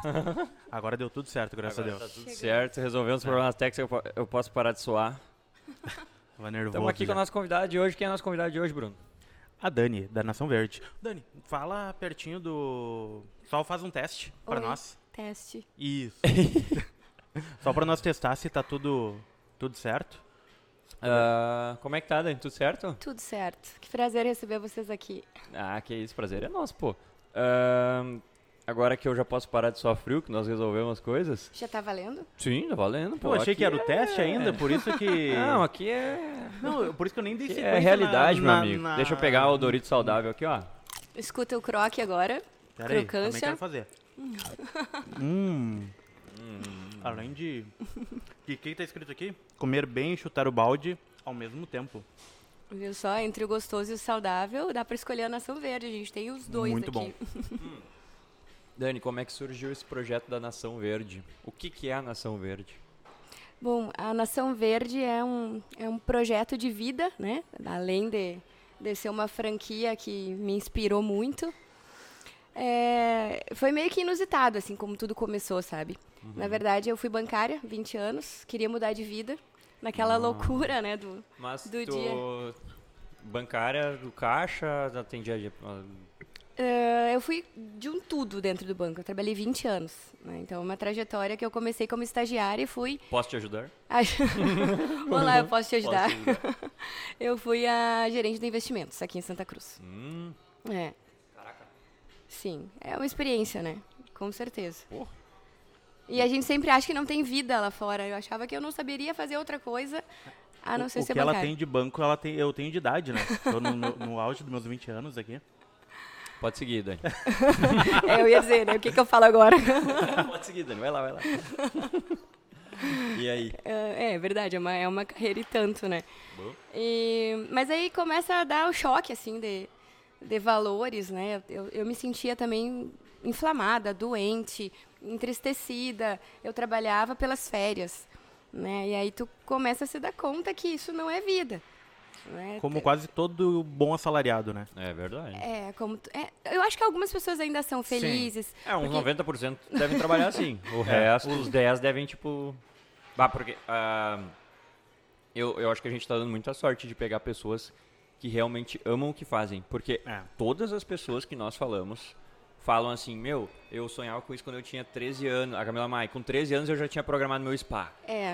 Agora deu tudo certo, graças Agora a Deus. tá tudo certo, resolvemos os problemas técnicos, eu posso parar de suar. Tava nervoso. Estamos aqui com a nossa convidada de hoje. Quem é a nossa convidada de hoje, Bruno? A Dani, da Nação Verde. Dani, fala pertinho do... Só faz um teste pra Oi. nós. Teste. Isso. Só pra nós testar se tá tudo certo. Como é que tá, Dani? Tudo certo? Tudo certo. Que prazer receber vocês aqui. Ah, que isso, prazer é nosso, pô. Agora que eu já posso parar de suar frio, que nós resolvemos as coisas. Já tá valendo? Sim, tá valendo, pô. Pô, achei Aqui que era o teste ainda, por isso que... Não, aqui é... Não, por isso que eu nem dei Aqui sequência é realidade, meu na- amigo. na- Deixa eu pegar o Dorito saudável aqui, ó. Escuta o croque agora. Pera aí, também Crocância. quero fazer. Além de... E o que tá escrito aqui? Comer bem e chutar o balde ao mesmo tempo. Viu só? Entre o gostoso e o saudável, dá pra escolher a Nação Verde. A gente tem os dois Muito aqui. Dani, como é que surgiu esse projeto da Nação Verde? O que é a Nação Verde? Bom, a Nação Verde é um projeto de vida, né? Além de ser uma franquia que me inspirou muito. Foi meio que inusitado, assim, como tudo começou, sabe? Na verdade, eu fui bancária, 20 anos, queria mudar de vida. Naquela loucura, né, do dia. Bancária do caixa, atendia... Eu fui de um tudo dentro do banco. Eu trabalhei 20 anos. Né? Então, uma trajetória que eu comecei como estagiária e fui... Posso te ajudar? Olá, eu posso te ajudar. Posso te ajudar. Eu fui a gerente de investimentos aqui em Santa Cruz. É. Caraca. Sim, é uma experiência, né? Com certeza. Porra. E a gente sempre acha que não tem vida lá fora. Eu achava que eu não saberia fazer outra coisa a não ser O ser que ela bancária. tem de banco, eu tenho de idade, né? Tô no auge dos meus 20 anos aqui. Pode seguir, Dani. Eu ia dizer, né? O que eu falo agora? Pode seguir, Dani. Vai lá. E aí? É verdade, é uma carreira e tanto, né? Bom. Mas aí começa a dar o choque, assim, de valores, né? Eu me sentia também inflamada, doente, entristecida. Eu trabalhava pelas férias, né? E aí tu começa a se dar conta que isso não é vida. Né? Como quase todo bom assalariado, né? É verdade. Eu acho que algumas pessoas ainda são felizes. Uns porque- 90% devem trabalhar assim. O resto, os 10 devem, tipo... porque eu acho que a gente tá dando muita sorte de pegar pessoas que realmente amam o que fazem. Porque todas as pessoas que nós falamos falam assim, eu sonhava com isso quando eu tinha 13 anos. A Camila Maia, com 13 anos eu já tinha programado meu spa.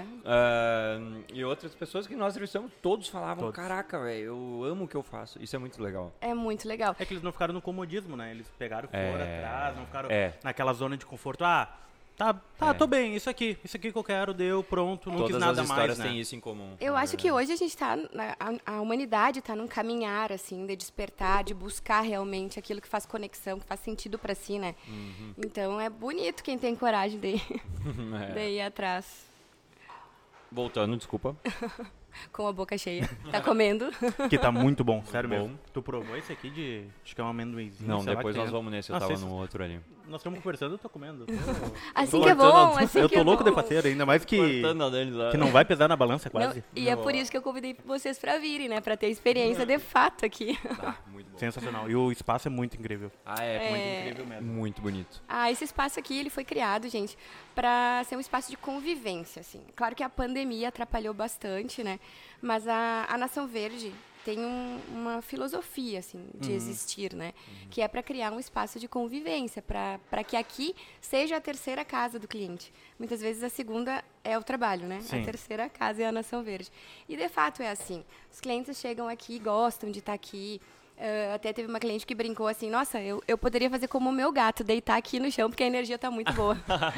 E outras pessoas que nós entrevistamos, todos falavam, caraca, velho, eu amo o que eu faço. Isso é muito legal. É muito legal. É que eles não ficaram no comodismo, né? Eles pegaram fora, atrás, não ficaram É. naquela zona de conforto. Tô bem, isso aqui que eu quero, deu, pronto, não quis Todas nada as mais, histórias né? têm isso em comum. Eu acho que hoje a gente tá, a humanidade está num caminhar, assim, de despertar, de buscar realmente aquilo que faz conexão, que faz sentido para si, né? Então é bonito quem tem coragem de ir atrás, Voltando, desculpa. com a boca cheia. Tá comendo? Que tá muito bom, sério bom. mesmo. Tu provou esse aqui de... Acho que é um amendoinzinho. Não, sei lá, depois que tem, nós né? vamos nesse, eu Ah, tava vocês- no outro ali. Nós estamos conversando, eu tô comendo. Assim Tô que é bom, cortando- assim Eu que tô é louco bom. de faceiro, ainda mais que Cortando a Dani lá. não vai pesar na balança Não, quase. e é por isso que eu convidei vocês para virem, né? Para ter experiência de fato aqui. Muito bom. Sensacional. E o espaço é muito incrível. Muito incrível mesmo. Muito bonito. Esse espaço aqui, ele foi criado, gente, para ser um espaço de convivência, assim. Claro que a pandemia atrapalhou bastante, né? Mas a Nação Verde tem uma filosofia, assim, de existir, né? Que é para criar um espaço de convivência, para que aqui seja a terceira casa do cliente. Muitas vezes a segunda é o trabalho, né? Sim. A terceira casa é a Nação Verde. E, de fato, é assim. Os clientes chegam aqui, gostam de estar aqui. Até teve uma cliente que brincou assim, nossa, eu poderia fazer como o meu gato, deitar aqui no chão, porque a energia está muito boa.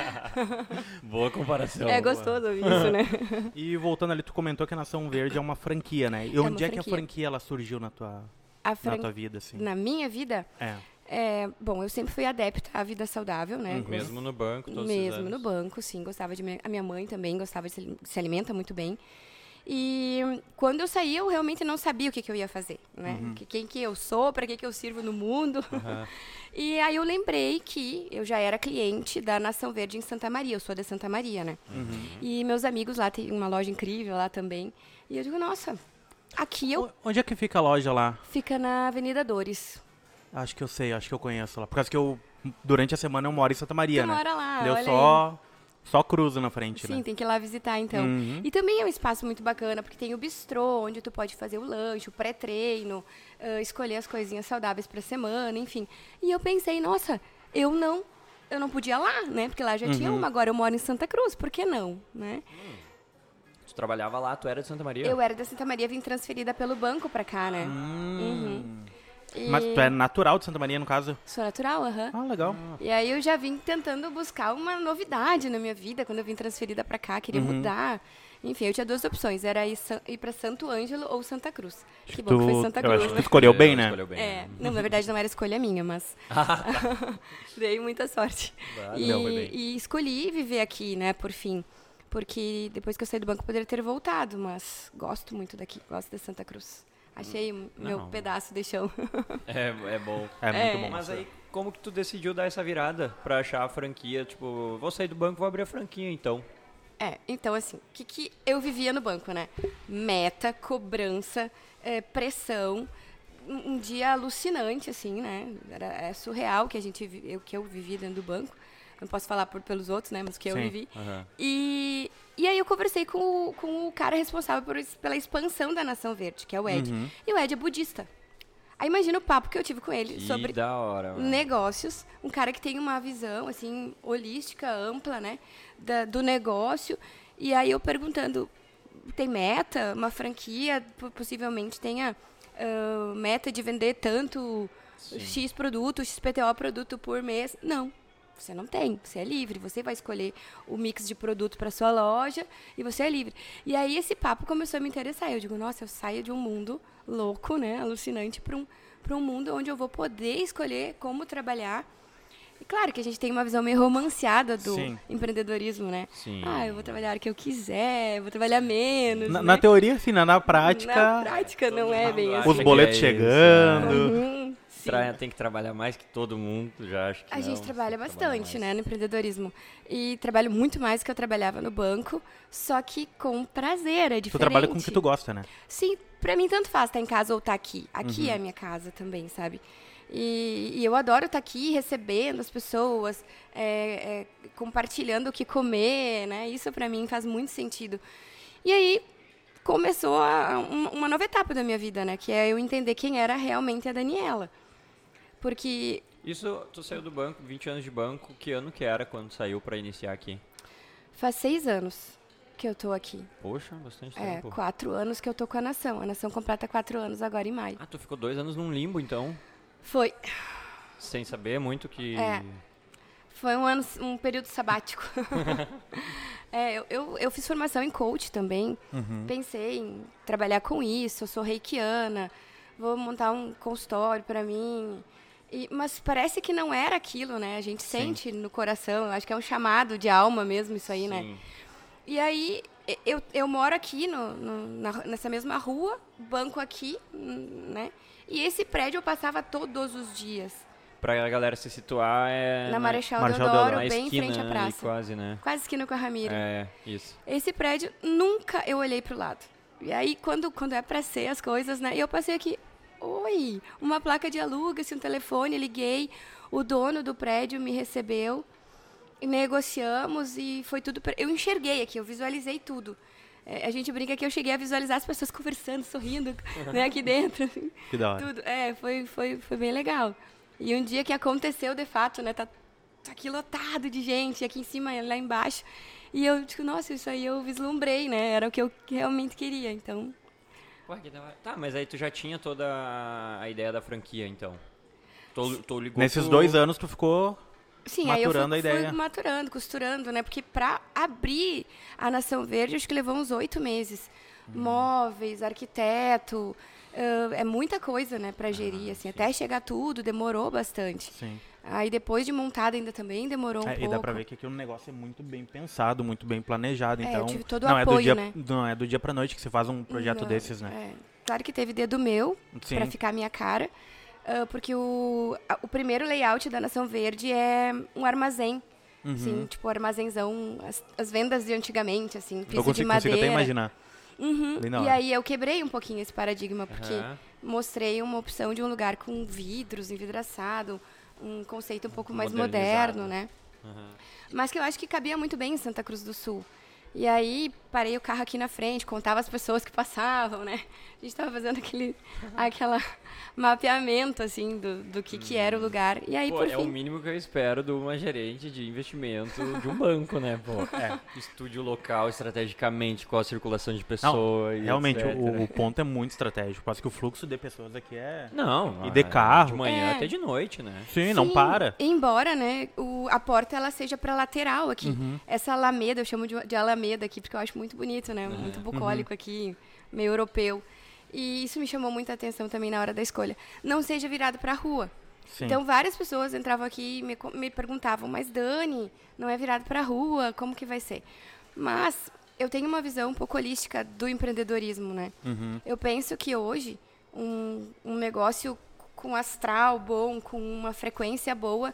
Boa comparação. É gostoso ouvir isso, né? E voltando ali, tu comentou que a Nação Verde é uma franquia, né? E uma onde é que a franquia. franquia ela surgiu na tua vida, assim? Na minha vida, bom, eu sempre fui adepta à vida saudável, né? Mesmo no banco, todos esses Mesmo anos. no banco, sim. Gostava a minha mãe também gostava de se alimenta muito bem. E quando eu saí, eu realmente não sabia o que eu ia fazer, né? Quem que eu sou, para que eu sirvo no mundo. E aí eu lembrei que eu já era cliente da Nação Verde em Santa Maria. Eu sou de Santa Maria, né? E meus amigos lá têm uma loja incrível lá também. E eu digo, nossa, aqui eu... Onde é que fica a loja lá? Fica na Avenida Dores. Acho que eu sei, acho que eu conheço lá. Por causa que eu durante a semana eu moro em Santa Maria, Tu né? mora lá, Eu olha só cruzo na frente, Sim, né? tem que ir lá visitar, então. E também é um espaço muito bacana, porque tem o bistrô, onde tu pode fazer o lanche, o pré-treino, escolher as coisinhas saudáveis pra semana, enfim. E eu pensei, nossa, eu não podia lá, né? Porque lá já tinha uma, agora eu moro em Santa Cruz, por que não, né? Tu trabalhava lá, tu era de Santa Maria? Eu era da Santa Maria, vim transferida pelo banco pra cá, né? Mas tu é natural de Santa Maria, no caso? Sou natural, aham. Ah, legal. E aí eu já vim tentando buscar uma novidade na minha vida, quando eu vim transferida pra cá, queria mudar. Enfim, eu tinha duas opções, era ir pra Santo Ângelo ou Santa Cruz. Que bom que foi Santa Eu acho Cruz, que tu né? escolheu bem, né? Escolheu bem, né? Não, na verdade não era escolha minha, mas dei muita sorte. Não, foi bem. E escolhi viver aqui, né, por fim. Porque depois que eu saí do banco eu poderia ter voltado, mas gosto muito daqui, gosto de Santa Cruz. Achei o meu pedaço de chão. É bom. É muito bom. Mas aí, como que tu decidiu dar essa virada pra achar a franquia? Tipo, vou sair do banco, vou abrir a franquia, então. Então assim, o que eu vivia no banco, né? Meta, cobrança, pressão, um dia alucinante, assim, né? É surreal que que eu vivi dentro do banco. Não posso falar pelos outros, né? Mas o que eu vivi. E aí eu conversei com o cara responsável pela expansão da Nação Verde, que é o Ed. E o Ed é budista. Aí imagina o papo que eu tive com ele sobre da hora, mano. negócios. Um cara que tem uma visão, assim, holística, ampla, né? Do negócio. E aí eu perguntando, tem meta? Uma franquia possivelmente tenha meta de vender tanto X produto, XPTO produto por mês? Não. Você não tem, você é livre, você vai escolher o mix de produto para sua loja e você é livre. E aí esse papo começou a me interessar. Eu digo, nossa, eu saio de um mundo louco, né, alucinante, para um mundo onde eu vou poder escolher como trabalhar. E claro que a gente tem uma visão meio romanceada do empreendedorismo, né? Sim. Eu vou trabalhar a hora que eu quiser, vou trabalhar menos. Na teoria, sim, na prática. Na prática não é bem assim. Os boletos chegando. Tem que trabalhar mais que todo mundo, já acho que A gente trabalha bastante, né, no empreendedorismo. E trabalho muito mais do que eu trabalhava no banco, só que com prazer, é diferente. Tu trabalha com o que tu gosta, né? Sim, pra mim tanto faz estar em casa ou estar aqui. Aqui é a minha casa também, sabe? E eu adoro estar aqui recebendo as pessoas, compartilhando o que comer, né? Isso pra mim faz muito sentido. E aí começou uma nova etapa da minha vida, né? Que é eu entender quem era realmente a Daniela. Porque... Isso, tu saiu do banco, 20 anos de banco, que ano que era quando saiu pra iniciar aqui? Faz 6 anos que eu tô aqui. Poxa, bastante tempo. 4 anos que eu tô com a Nação. A Nação completa 4 anos agora em maio. Tu ficou 2 anos num limbo, então? Foi. Sem saber muito que... Foi um período sabático. Eu fiz formação em coach também. Pensei em trabalhar com isso. Eu sou reikiana. Vou montar um consultório para mim. Mas parece que não era aquilo, né? A gente sente no coração. Acho que é um chamado de alma mesmo isso aí, né? E aí, eu moro aqui nessa mesma rua, banco aqui, né? E esse prédio eu passava todos os dias. Pra galera se situar, na Marechal Marechal Deodoro, na bem em esquina, frente à praça. Quase, né? Quase esquina com a Ramiro. Isso. Esse prédio, nunca eu olhei pro lado. E aí, quando é pra ser as coisas, né? Eu passei aqui, uma placa de aluga-se, um telefone, liguei. O dono do prédio me recebeu. E negociamos e foi tudo... Eu enxerguei aqui, eu visualizei tudo. A gente brinca que eu cheguei a visualizar as pessoas conversando, sorrindo, né, aqui dentro. Que da hora. Tudo. Foi bem legal. E um dia que aconteceu, de fato, né, tá aqui lotado de gente, aqui em cima, lá embaixo. E eu digo, nossa, isso aí eu vislumbrei, né, era o que eu realmente queria, então... Ué, que da hora. Tá, mas aí tu já tinha toda a ideia da franquia, então? Tu ligou Nesses 2 anos tu ficou... Sim, maturando aí eu a ideia. fui maturando, costurando, né? Porque para abrir a Nação Verde, acho que levou uns 8 meses. Móveis, arquiteto, é muita coisa, né, para gerir, assim. Até chegar tudo, demorou bastante. Sim. Aí depois de montada ainda também demorou um pouco. E dá pra ver que aqui o negócio é muito bem pensado, muito bem planejado. Então, eu tive todo o apoio, né? Não é do dia pra noite que se faz um projeto desses, né? Claro que teve dedo meu para ficar a minha cara. Porque o primeiro layout da Nação Verde é um armazém. Assim, tipo, um armazénzão, as vendas de antigamente, assim, piso de madeira. Consigo até imaginar. E aí eu quebrei um pouquinho esse paradigma, porque mostrei uma opção de um lugar com vidros, envidraçado, um conceito um pouco mais moderno, né? Mas que eu acho que cabia muito bem em Santa Cruz do Sul. E aí, parei o carro aqui na frente, contava as pessoas que passavam, né? A gente estava fazendo aquela mapeamento, assim, do que era o lugar. E aí, por fim... o mínimo que eu espero de uma gerente de investimento de um banco, né? Estude o local estrategicamente, qual a circulação de pessoas. Não, realmente, etc. o ponto é muito estratégico. Quase que o fluxo de pessoas aqui é... Não, e de carro. De manhã até de noite, né? Sim, não para. Embora, né, a porta ela seja para lateral aqui. Essa alameda, eu chamo de alameda aqui, porque eu acho muito bonito, né? Muito bucólico aqui, meio europeu. E isso me chamou muita atenção também na hora da escolha. Não seja virado para a rua. Sim. Então, várias pessoas entravam aqui e me perguntavam, mas Dani, não é virado para a rua, como que vai ser? Mas eu tenho uma visão um pouco holística do empreendedorismo, né? Eu penso que hoje, um negócio com astral bom, com uma frequência boa,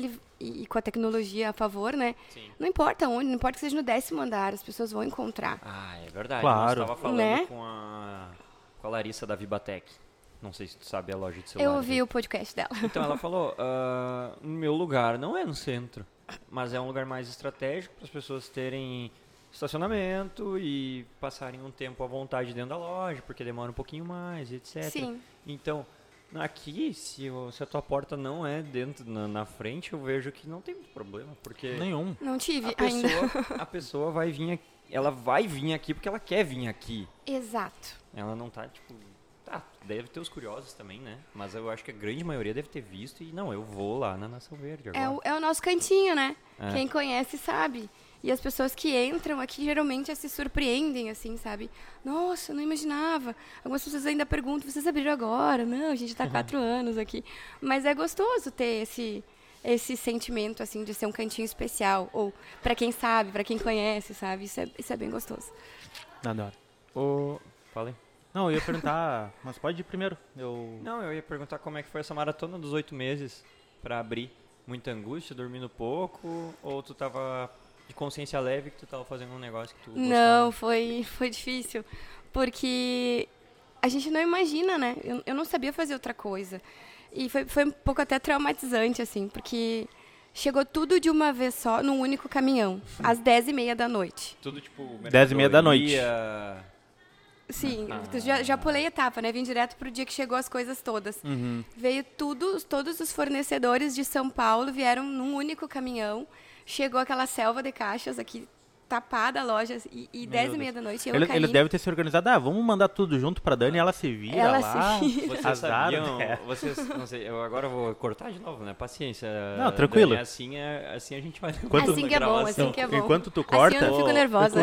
e com a tecnologia a favor, né? Sim. Não importa onde, não importa que seja no 10º andar, as pessoas vão encontrar. Ah, é verdade. Claro. Eu estava falando, né, com a Larissa da Vibatec. Não sei se tu sabe a loja de celular. Eu ouvi o podcast dela. Então ela falou, meu lugar não é no centro, mas é um lugar mais estratégico para as pessoas terem estacionamento e passarem um tempo à vontade dentro da loja, porque demora um pouquinho mais, etc. Sim. Então, aqui, se a tua porta não é dentro, na frente, eu vejo que não tem muito problema, porque... Nenhum. Não tive ainda. A pessoa vai vir aqui, ela vai vir aqui porque ela quer vir aqui. Exato. Ela não tá, tipo... Tá, deve ter os curiosos também, né? Mas eu acho que a grande maioria deve ter visto e, não, eu vou lá na Nação Verde agora. É o nosso cantinho, né? Quem conhece sabe. E as pessoas que entram aqui geralmente se surpreendem, assim, sabe? Nossa, eu não imaginava. Algumas pessoas ainda perguntam, vocês abriram agora? Não, a gente está há 4 anos aqui. Mas é gostoso ter esse sentimento, assim, de ser um cantinho especial. Ou para quem sabe, para quem conhece, sabe? Isso é bem gostoso. Adoro. Falei. Não, eu ia perguntar, mas pode ir primeiro. Não, eu ia perguntar como é que foi essa maratona dos 8 meses para abrir. Muita angústia, dormindo pouco? Ou tu tava... de consciência leve que tu estava fazendo um negócio que tu gostava? Não, foi difícil, porque a gente não imagina, né? Eu não sabia fazer outra coisa. E foi um pouco até traumatizante, assim, porque chegou tudo de uma vez só, num único caminhão, às 10h30 da noite. Tudo tipo... 10h30 da noite. Sim, já pulei etapa, né? Vim direto pro dia que chegou as coisas todas. Veio todos os fornecedores de São Paulo vieram num único caminhão. Chegou aquela selva de caixas aqui, tapada a loja, e 10h30 da noite Eles devem ter se organizado, vamos mandar tudo junto pra Dani, ela se vira lá. Vocês sabiam, não sei, eu agora vou cortar de novo, né? Paciência. Não, tranquilo. Dani, assim a gente vai... Assim que é bom, assim que é bom. Enquanto tu corta... Assim eu não fico nervosa.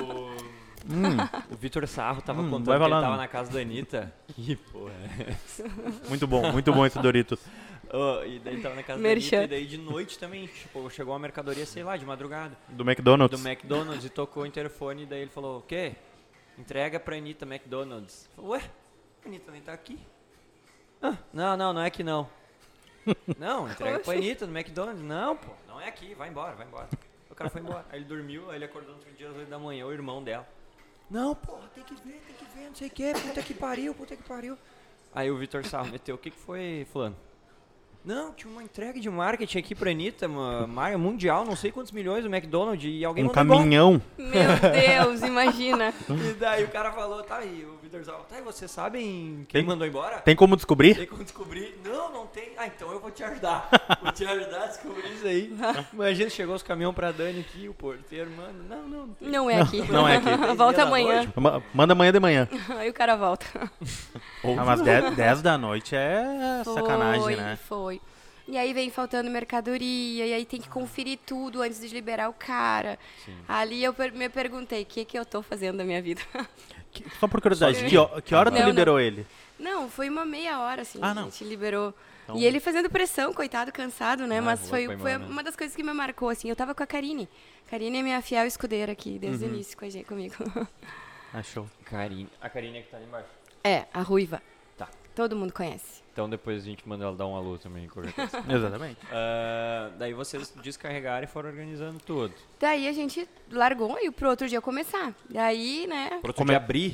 O Vitor Sarro tava contando que ele tava na casa da Anitta. Que porra é essa? Muito bom esse Doritos. E daí tava na casa da Anitta, e daí de noite também, tipo, chegou uma mercadoria, sei lá, de madrugada. Do McDonald's. Do McDonald's, e tocou o interfone, e daí ele falou, o quê? Entrega pra Anitta McDonald's. Falei, ué, a Anitta nem tá aqui. Não é aqui não. Não, entrega pra Anitta no McDonald's. Não, pô, não é aqui, vai embora. O cara foi embora. Aí ele dormiu, aí ele acordou no outro dia às 8 da manhã, o irmão dela. Não, porra, tem que ver, não sei o que, puta que pariu. Aí o Vitor Sarro meteu, o que foi, fulano? Não, tinha uma entrega de marketing aqui pra Anitta, uma marca mundial, não sei quantos milhões do McDonald's, e alguém mandou caminhão. Meu Deus, imagina. E daí o cara falou, tá aí, o Vitor Sarro, tá, e vocês sabem quem mandou embora? Tem como descobrir? Não tem. Então eu vou te ajudar. Vou te ajudar a descobrir isso aí. Imagina, chegou os caminhões pra Dani aqui, o porteiro, mano, não tem. Não é aqui. Não é aqui. Volta amanhã. Manda amanhã de manhã. Aí o cara volta. Mas 10 da noite é sacanagem, né? Foi. E aí vem faltando mercadoria, e aí tem que conferir tudo antes de liberar o cara. Sim. Ali eu me perguntei, o que eu tô fazendo da minha vida? Só por curiosidade, que hora tu liberou ele? Não, foi uma meia hora, assim, a gente liberou. Então... E ele fazendo pressão, coitado, cansado, né? Mas foi uma das coisas que me marcou, assim. Eu tava com a Karine. Karine é minha fiel escudeira aqui, desde o início comigo. Show. A Karine é que tá ali embaixo. É, a ruiva. Tá. Todo mundo conhece. Então depois a gente manda ela dar um alô também. Exatamente. Daí vocês descarregaram e foram organizando tudo. Daí a gente largou e pro outro dia começar. Daí, né... Pro outro dia abrir?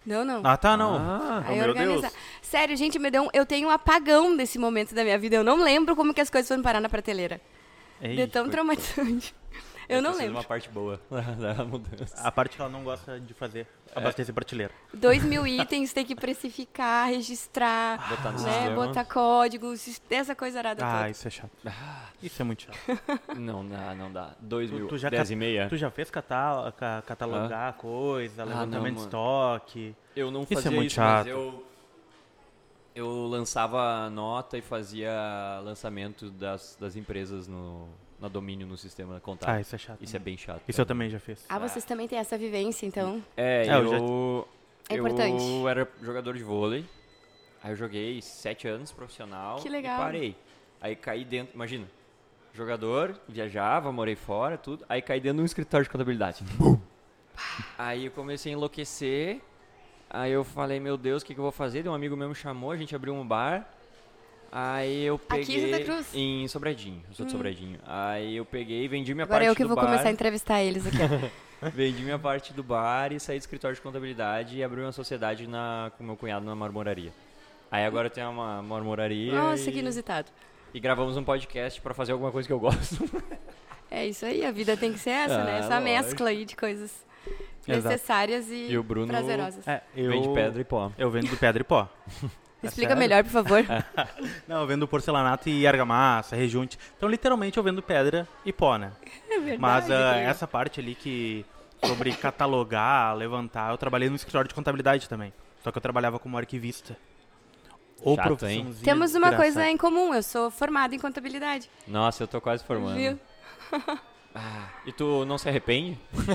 Não. Ah, tá, não. Aí meu Deus. Sério, gente, eu tenho um apagão desse momento da minha vida. Eu não lembro como que as coisas foram parar na prateleira. Ei, É tão traumatizante. Eu não lembro. uma parte boa da mudança. A parte que ela não gosta de fazer, abastecer prateleira. 2.000 itens, tem que precificar, registrar, Botar no né, sistema. botar códigos, essa coisa arada toda. Isso é chato. Isso é muito chato. Não dá. 2.000, Tu já 10 e meia. Tu já fez catalogar coisa, levantamento de mano. estoque? Eu não Isso é fazia muito isso, chato. mas eu lançava nota e fazia lançamento das empresas na domínio no sistema contábil. Isso é chato. Isso é bem chato. Isso eu também já fiz. Vocês também têm essa vivência, então. É importante. Eu era jogador de vôlei. Aí eu joguei 7 anos profissional. Que legal. E parei. Aí caí dentro, imagina. Jogador, viajava, morei fora, tudo. Aí caí dentro de um escritório de contabilidade. Aí eu comecei a enlouquecer. Aí eu falei, meu Deus, o que eu vou fazer? Um amigo meu me chamou, a gente abriu um bar. Aí eu peguei... Aqui em Santa Cruz? Em Sobradinho, eu sou de Sobradinho. Aí eu peguei e vendi minha Agora parte do bar. eu que vou começar a entrevistar eles aqui. Vendi minha parte do bar e saí do escritório de contabilidade e abri uma sociedade com meu cunhado na marmoraria. Aí agora eu tenho uma marmoraria. Nossa, que inusitado. E gravamos um podcast pra fazer alguma coisa que eu gosto. É isso aí, a vida tem que ser essa, né? Essa lógico. mescla aí de coisas Exato. necessárias e o Bruno prazerosas. vende pedra e pó. Eu vendo pedra e pó. Explica sério? melhor, por favor. Não, eu vendo porcelanato e argamassa, rejunte. Então, literalmente, eu vendo pedra e pó, né? É verdade. Mas Gabriel. essa parte ali sobre catalogar, levantar, eu trabalhei no escritório de contabilidade também. Só que eu trabalhava como arquivista. Chato, profissãozinha Temos uma desgraçada. coisa em comum, eu sou formada em contabilidade. Nossa, eu tô quase formando. Viu? E tu não se arrepende?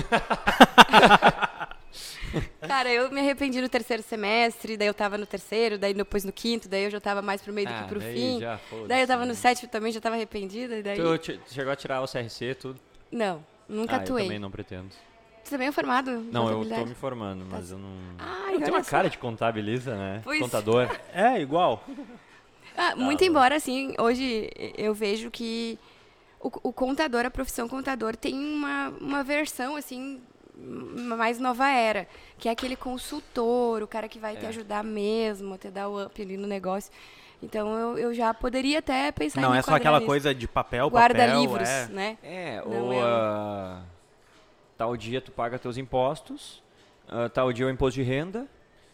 Cara, eu me arrependi no terceiro semestre, daí eu tava no terceiro, daí depois no quinto, daí eu já tava mais pro meio do que pro daí fim. já, foda-se, Daí eu tava no né? sétimo também, já tava arrependida, e daí... Tu chegou a tirar o CRC, tudo? Não, nunca Eu atuei. também não pretendo. Você também é formado em Não, eu contabilidade? tô me formando, mas eu não... Ai, Eu tenho olha uma só. cara de contabilista, né? Pois. Contador. É, igual. Muito embora, assim, hoje eu vejo que o contador, a profissão contador, tem uma versão, assim, mais nova era, que é aquele consultor, o cara que vai te ajudar mesmo, te dar o up ali no negócio. Então, eu já poderia até pensar em Não me é só enquadrar aquela nisso. coisa de papel, Guarda-livros, é. né? Não Ou é tal dia tu paga teus impostos, tal dia é o imposto de renda,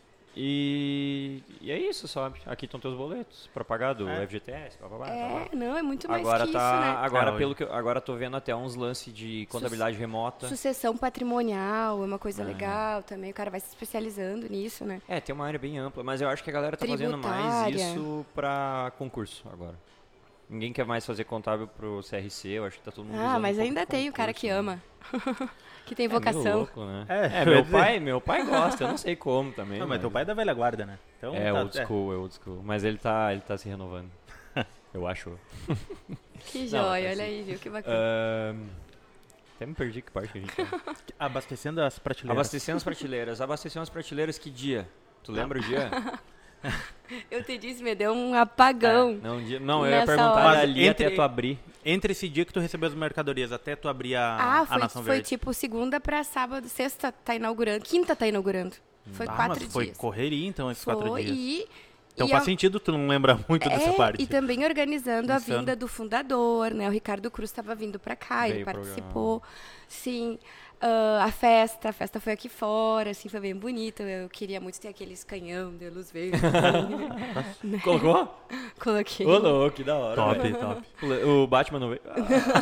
e é isso, sabe? Aqui estão teus boletos pra pagar do FGTS, blá, blá, blá, blá, blá. Não, é muito mais Agora que tá, isso, né? agora hoje. pelo que agora tô vendo até uns lances de contabilidade remota. Sucessão patrimonial é uma coisa legal também, o cara vai se especializando nisso, né? Tem uma área bem ampla, mas eu acho que a galera tá fazendo mais Tributária. isso pra concurso agora. Ninguém quer mais fazer contábil pro CRC, eu acho que tá todo mundo usando Mas um pouco ainda tem o cara que concurso, ama. Que tem né? Meio vocação. louco, né? Meu pai gosta, eu não sei como também. Não, mas teu pai é da velha guarda, né? Então, É tá- old school. Mas ele tá se renovando. Eu acho. Que Não, joia, mas olha assim, aí, viu? Que bacana. Até me perdi que parte que a gente tá. Abastecendo as prateleiras. Abastecendo as prateleiras que dia? Tu lembra o dia? Eu te disse, me deu um apagão. Não, eu ia Nessa perguntar hora. dali até tu abrir. Entre esse dia que tu recebeu as mercadorias até tu abrir a Nação Foi Verde. tipo segunda pra sábado, sexta tá inaugurando, quinta tá inaugurando. Foi 4 mas foi dias. correria então esses 4 dias. Então e faz sentido tu não lembra muito dessa parte. E também organizando a Insano. vinda do fundador, né? O Ricardo Cruz estava vindo para cá, ele Veio pro participou. Sim. A festa foi aqui fora, assim, foi bem bonita. Eu queria muito ter aqueles canhão de luz verde. Colocou? Coloquei. Ô, louco, que da hora. Top, velho. top. O Batman não veio.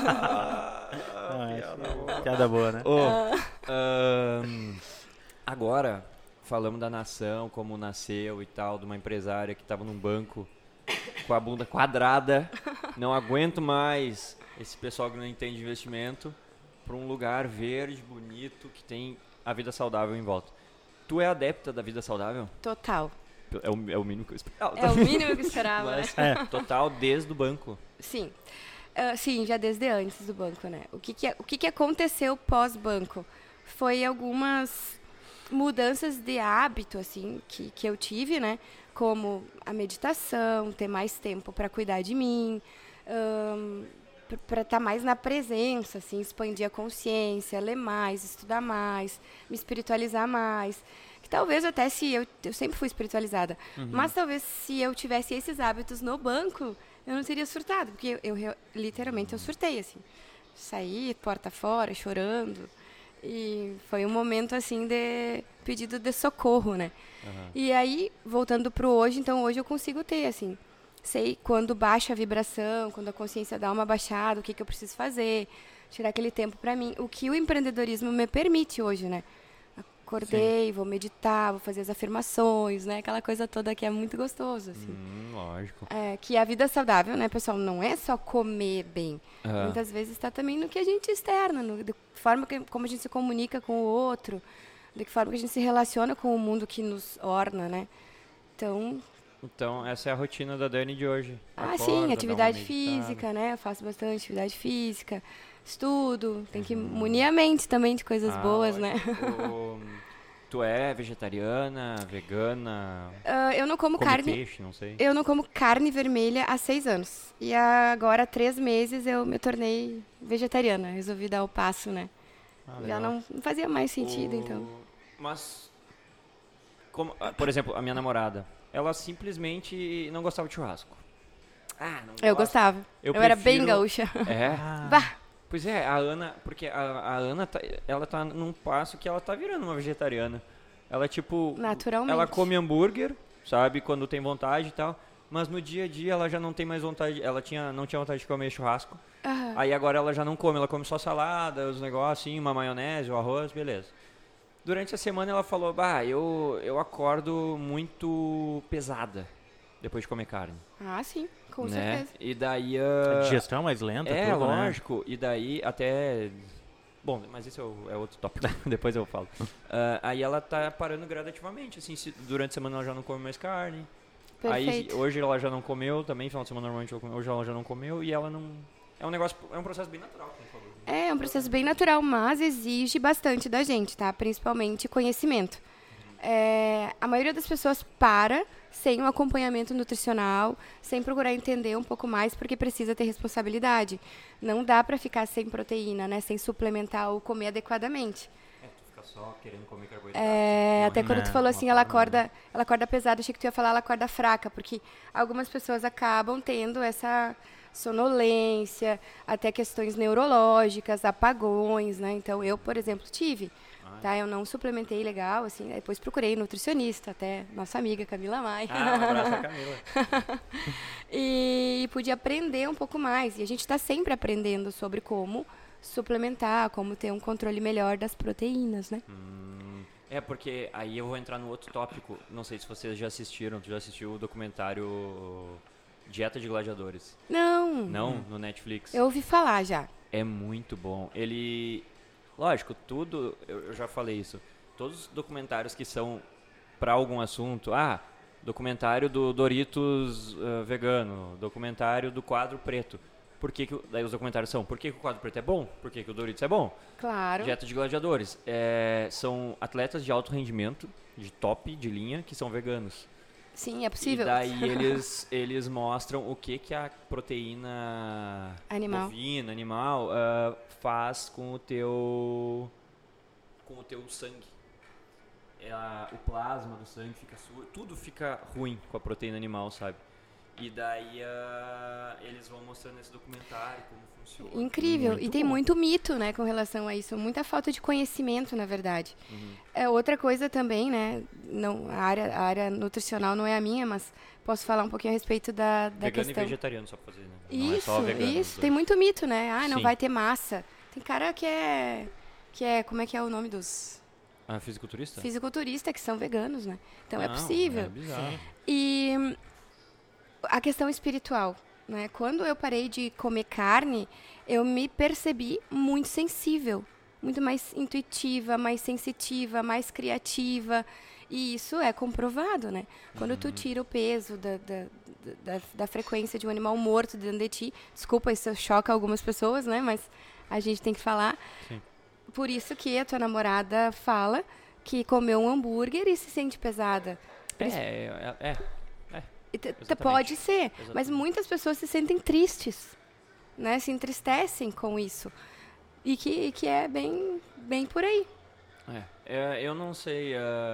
Piada boa, né? Agora, falamos da nação, como nasceu e tal, de uma empresária que estava num banco com a bunda quadrada. Não aguento mais esse pessoal que não entende de investimento para um lugar verde, bonito, que tem a vida saudável em volta. Tu é adepta da vida saudável? Total. É o mínimo que eu esperava. É o mínimo que eu esperava, né? Mas, total, desde o banco. Sim. Sim, já desde antes do banco, né? O que aconteceu pós-banco? Foi algumas mudanças de hábito, assim, que eu tive, né? Como a meditação, ter mais tempo para cuidar de mim, para estar mais na presença, assim, expandir a consciência, ler mais, estudar mais, me espiritualizar mais. que talvez até se eu sempre fui espiritualizada, mas talvez se eu tivesse esses hábitos no banco, eu não teria surtado, porque literalmente eu surtei, assim. Saí, porta fora, chorando. E foi um momento, assim, de pedido de socorro, né? E aí, voltando pro hoje, então hoje eu consigo ter, assim, sei quando baixa a vibração, quando a consciência dá uma baixada, o que eu preciso fazer, tirar aquele tempo para mim. O que o empreendedorismo me permite hoje, né? Acordei, vou meditar, vou fazer as afirmações, né? Aquela coisa toda que é muito gostoso, assim. Lógico. Que a vida saudável, né, pessoal, não é só comer bem. Muitas vezes está também no que a gente externa, da forma como a gente se comunica com o outro, da forma que a gente se relaciona com o mundo que nos orna, né? Então, essa é a rotina da Dani de hoje. Sim, atividade física, né? Eu faço bastante atividade física, estudo, tem que munir a mente também de coisas boas, né? Tu é vegetariana, vegana? Eu não como carne. Peixe, não sei. Eu não como carne vermelha há 6 anos. E agora, há 3 meses, eu me tornei vegetariana. Resolvi dar o passo, né? Já não fazia mais sentido, então. Mas, por exemplo, a minha namorada, ela simplesmente não gostava de churrasco. Eu gostava. Eu era bem gaúcha. Bah! Pois é, a Ana, porque a Ana, ela tá num passo que ela tá virando uma vegetariana. Ela, tipo... Naturalmente. Ela come hambúrguer, sabe, quando tem vontade e tal, mas no dia a dia ela já não tem mais vontade, não tinha vontade de comer churrasco. Aí agora ela já não come, ela come só salada, os negócios assim, uma maionese, o arroz, beleza. Durante a semana ela falou, eu acordo muito pesada depois de comer carne. Sim, com né? certeza. E daí... A digestão mais lenta, tudo, lógico. Né? E daí até... Bom, mas isso é outro tópico, depois eu falo. Aí ela tá parando gradativamente, assim, durante a semana ela já não come mais carne. Perfeito. Aí hoje ela já não comeu, também, final de semana normalmente hoje ela já não comeu e ela não... É um processo bem natural, como falou. É um processo bem natural, mas exige bastante da gente, tá? Principalmente conhecimento. A maioria das pessoas para sem um acompanhamento nutricional, sem procurar entender um pouco mais, porque precisa ter responsabilidade. Não dá para ficar sem proteína, né? Sem suplementar ou comer adequadamente. Tu fica só querendo comer carboidrato. Até quando tu falou assim, ela acorda pesada, achei que tu ia falar ela acorda fraca, porque algumas pessoas acabam tendo essa sonolência, até questões neurológicas, apagões, né? Então, eu, por exemplo, tive. Tá, eu não suplementei legal, assim, depois procurei nutricionista, até nossa amiga Camila Maia. Um abraço a Camila. E pude aprender um pouco mais. E a gente está sempre aprendendo sobre como suplementar, como ter um controle melhor das proteínas, né? Porque aí eu vou entrar no outro tópico. Não sei se vocês já assistiram. Tu já assistiu o documentário Dieta de Gladiadores? Não. Não? No Netflix? Eu ouvi falar já. É muito bom. Lógico, tudo, eu já falei isso, todos os documentários que são para algum assunto, documentário do Doritos vegano, documentário do quadro preto, daí os documentários são, por que o quadro preto é bom? Por que o Doritos é bom? Claro. Dieta de Gladiadores, são atletas de alto rendimento, de top, de linha, que são veganos. Sim, é possível. E daí eles mostram o que a proteína bovina, animal, faz com o teu sangue. O plasma do sangue tudo fica ruim com a proteína animal, sabe? E daí eles vão mostrando nesse documentário como funciona. Incrível. E tem muito mito, né, com relação a isso. Muita falta de conhecimento, na verdade. Outra coisa também, né, a área nutricional não é a minha, mas posso falar um pouquinho a respeito da vegano questão. Vegano e vegetariano, só pra fazer, né? Isso, não é só vegano, isso. Tem muito mito, né? Não Sim. vai ter massa. Tem cara que é... Como é que é o nome dos... Fisiculturista? Fisiculturista, que são veganos, né? Então é possível. É bizarro. E a questão espiritual, né? Quando eu parei de comer carne, eu me percebi muito sensível, muito mais intuitiva, mais sensitiva, mais criativa. E isso é comprovado, né? Quando tu tira o peso da frequência de um animal morto dentro de ti, desculpa, isso choca algumas pessoas, né? Mas a gente tem que falar. Sim. Por isso que a tua namorada fala que comeu um hambúrguer e se sente pesada. Pode ser, Exatamente. mas muitas pessoas se sentem tristes, né? Se entristecem com isso. E que é bem por aí. Eu não sei.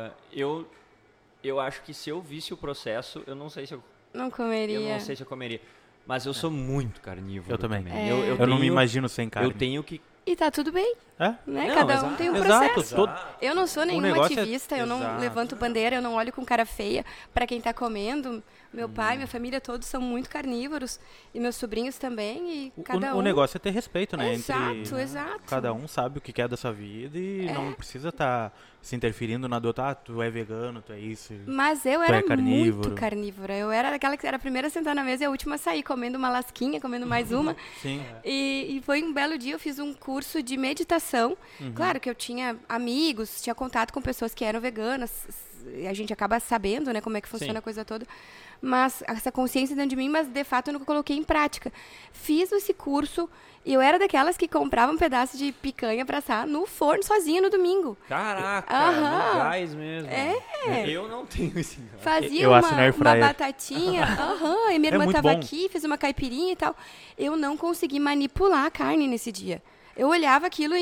Eu acho que se eu visse o processo, eu não sei se eu... Não comeria. Eu não sei se eu comeria. Mas eu sou muito carnívoro. Eu também. Eu não me imagino sem carne. Eu tenho que... E tá tudo bem. É? Né? Não, Cada um tem um processo. Eu não sou nenhuma ativista, eu não levanto bandeira, eu não olho com cara feia para quem tá comendo. Meu pai, minha família, todos são muito carnívoros. E meus sobrinhos também. E cada o negócio é ter respeito, né? Exato, exato. Cada um sabe o que quer da sua vida e não precisa estar se interferindo na do outro. Ah, tu é vegano, tu é isso. Mas eu era muito carnívora. Eu era aquela que era a primeira a sentar na mesa e a última a sair, comendo uma lasquinha, comendo mais uma. Sim. E foi um belo dia, eu fiz um curso de meditação. Claro que eu tinha amigos, tinha contato com pessoas que eram veganas. A gente acaba sabendo, né, como é que funciona a coisa toda. Mas essa consciência dentro de mim, mas de fato eu nunca coloquei em prática. Fiz esse curso e eu era daquelas que comprava um pedaço de picanha pra assar no forno sozinha no domingo. Caraca, no gás mesmo. Eu não tenho esse gás. Fazia uma batatinha, e minha irmã tava aqui, fez uma caipirinha e tal. Eu não consegui manipular a carne nesse dia. Eu olhava aquilo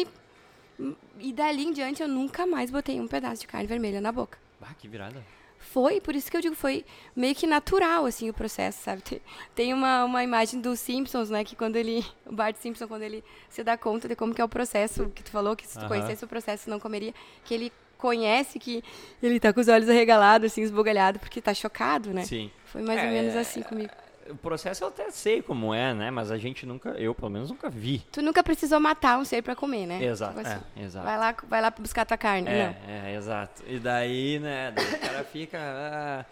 e dali em diante eu nunca mais botei um pedaço de carne vermelha na boca. Ah, que virada. Foi, por isso que eu digo, foi meio que natural, assim, o processo, sabe? Tem uma imagem dos Simpsons, né, que o Bart Simpson, quando ele se dá conta de como que é o processo, que tu falou, que se tu conhecesse o processo, não comeria, que ele conhece que ele tá com os olhos arregalados, assim, esbugalhado, porque tá chocado, né? Sim. Foi mais ou menos assim comigo. O processo eu até sei como é, né? Mas a gente eu pelo menos nunca vi. Tu nunca precisou matar um ser pra comer, né? Exato. Tipo assim, exato. Vai lá buscar tua carne. Exato. E daí, né? O cara fica...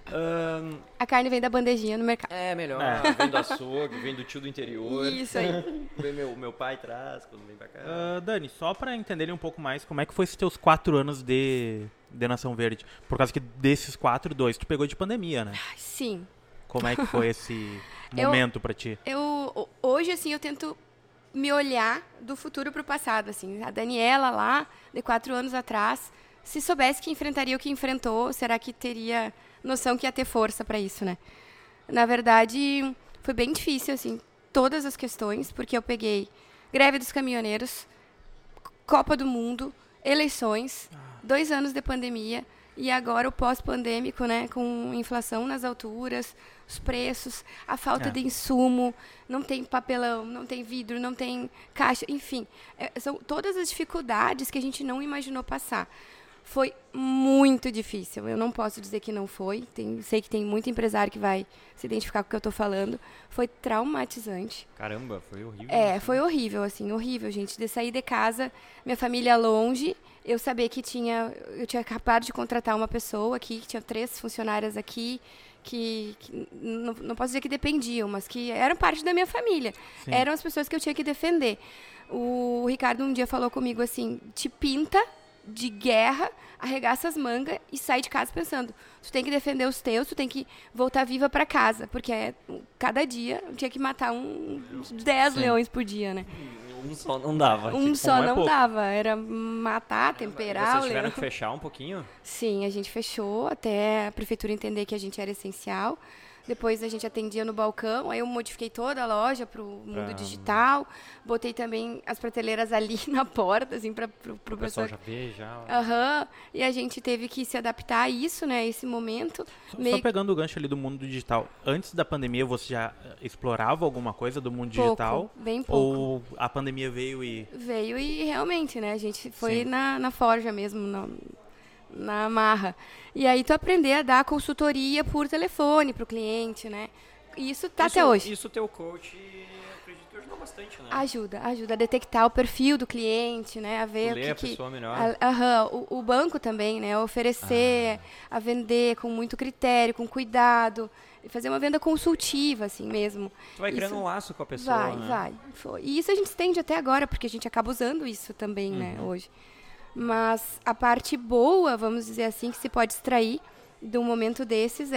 A carne vem da bandejinha no mercado. É, melhor. Vem do açougue, vem do tio do interior. Isso aí. Vem meu pai traz quando vem pra cá. Dani, só pra entenderem um pouco mais, como é que foi esses teus 4 anos de Nação Verde? Por causa que desses 4, 2 tu pegou de pandemia, né? Sim. Como é que foi esse momento pra ti? Hoje, assim, eu tento me olhar do futuro pro passado, assim. A Daniela lá, de 4 anos atrás, se soubesse que enfrentaria o que enfrentou, será que teria noção que ia ter força pra isso, né? Na verdade, foi bem difícil, assim, todas as questões, porque eu peguei greve dos caminhoneiros, Copa do Mundo, eleições, 2 anos de pandemia, e agora o pós-pandêmico, né, com inflação nas alturas, os preços, a falta de insumo, não tem papelão, não tem vidro, não tem caixa, enfim. São todas as dificuldades que a gente não imaginou passar. Foi muito difícil, eu não posso dizer que não foi. Sei que tem muito empresário que vai se identificar com o que eu estou falando. Foi traumatizante. Caramba, foi horrível. Foi horrível, assim, horrível, gente. De sair de casa, minha família longe, eu saber que eu tinha acabado de contratar uma pessoa aqui, que tinha 3 funcionárias aqui, que não posso dizer que dependiam, mas que eram parte da minha família. Sim. Eram as pessoas que eu tinha que defender. O Ricardo um dia falou comigo assim, te pinta de guerra, arregaça as mangas e sai de casa pensando, tu tem que defender os teus, tu tem que voltar viva para casa, porque cada dia eu tinha que matar uns 10 leões por dia, né? Um só não dava. Só não dava, era matar, temperar. Vocês tiveram que fechar um pouquinho? Sim, a gente fechou até a prefeitura entender que a gente era essencial. Depois a gente atendia no balcão, aí eu modifiquei toda a loja para o mundo digital, botei também as prateleiras ali na porta, assim, para o pessoal já ver, já... E a gente teve que se adaptar a isso, né, a esse momento. Só pegando o gancho ali do mundo digital, antes da pandemia você já explorava alguma coisa do mundo digital? Bem pouco. Ou a pandemia veio e... Veio e realmente, né, a gente foi na forja mesmo, na marra. E aí tu aprender a dar consultoria por telefone pro cliente, né? E isso tá até hoje. Isso teu coach, acredito que ajudou bastante, né? Ajuda a detectar o perfil do cliente, né? A ver ler a pessoa melhor. O banco também, né? Oferecer, a vender com muito critério, com cuidado. E fazer uma venda consultiva, assim mesmo. Tu vai criando um laço com a pessoa, Vai. E isso a gente estende até agora, porque a gente acaba usando isso também, né? Hoje. Mas a parte boa, vamos dizer assim, que se pode extrair de um momento desses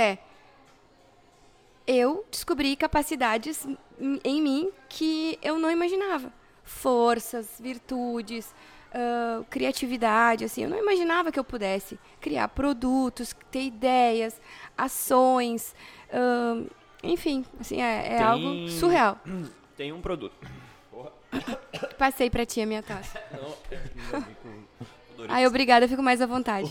eu descobri capacidades em mim que eu não imaginava. Forças, virtudes, criatividade, assim. Eu não imaginava que eu pudesse criar produtos, ter ideias, ações, enfim, assim, algo surreal. Tem um produto. Passei pra ti a minha taça. Não, Ai, obrigada, eu fico mais à vontade.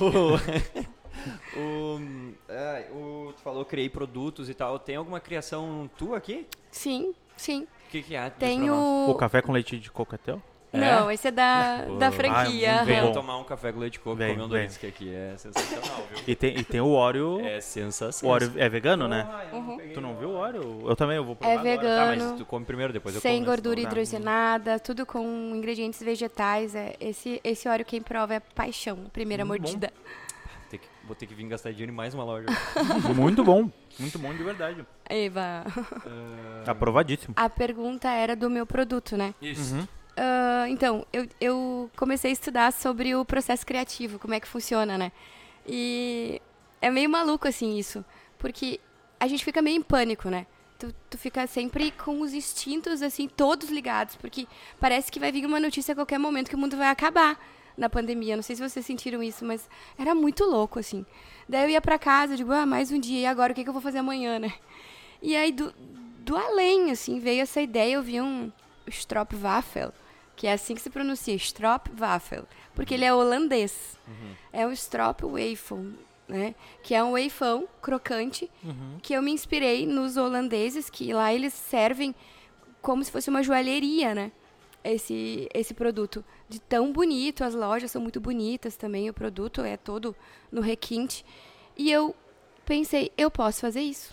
Tu falou, criei produtos e tal. Tem alguma criação tua aqui? Sim. O que é? Tenho... O café com leite de coco é teu? Não, esse é da franquia. Venha tomar um café com leite de coco, comer um Doritos, que aqui é sensacional, viu? E tem o Oreo. É sensacional. O Oreo é vegano, né? Tu não viu o Oreo? Eu também, eu vou provar É vegano. Tá, mas tu come primeiro, depois eu como. Sem gordura hidrogenada, tudo com ingredientes vegetais. Esse Oreo, quem prova, é paixão, primeira mordida. Vou ter que vir gastar dinheiro em mais uma loja. Muito bom de verdade. Eva. Aprovadíssimo. A pergunta era do meu produto, né? Isso. Então, eu comecei a estudar sobre o processo criativo, como é que funciona, né? E é meio maluco, assim, isso. Porque a gente fica meio em pânico, né? Tu fica sempre com os instintos, assim, todos ligados. Porque parece que vai vir uma notícia a qualquer momento que o mundo vai acabar na pandemia. Não sei se vocês sentiram isso, mas era muito louco, assim. Daí eu ia pra casa, digo, mais um dia, e agora o que eu vou fazer amanhã, né? E aí, do além, assim, veio essa ideia, eu vi um stroopwafel, que é assim que se pronuncia, stroopwafel, porque ele é holandês. É um stroopwafel, né? Que é um wafão crocante, que eu me inspirei nos holandeses, que lá eles servem como se fosse uma joalheria, né? Esse produto. De tão bonito, as lojas são muito bonitas também, o produto é todo no requinte. E eu pensei, eu posso fazer isso.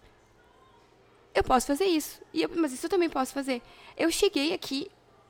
Mas isso eu também posso fazer. Eu cheguei aqui,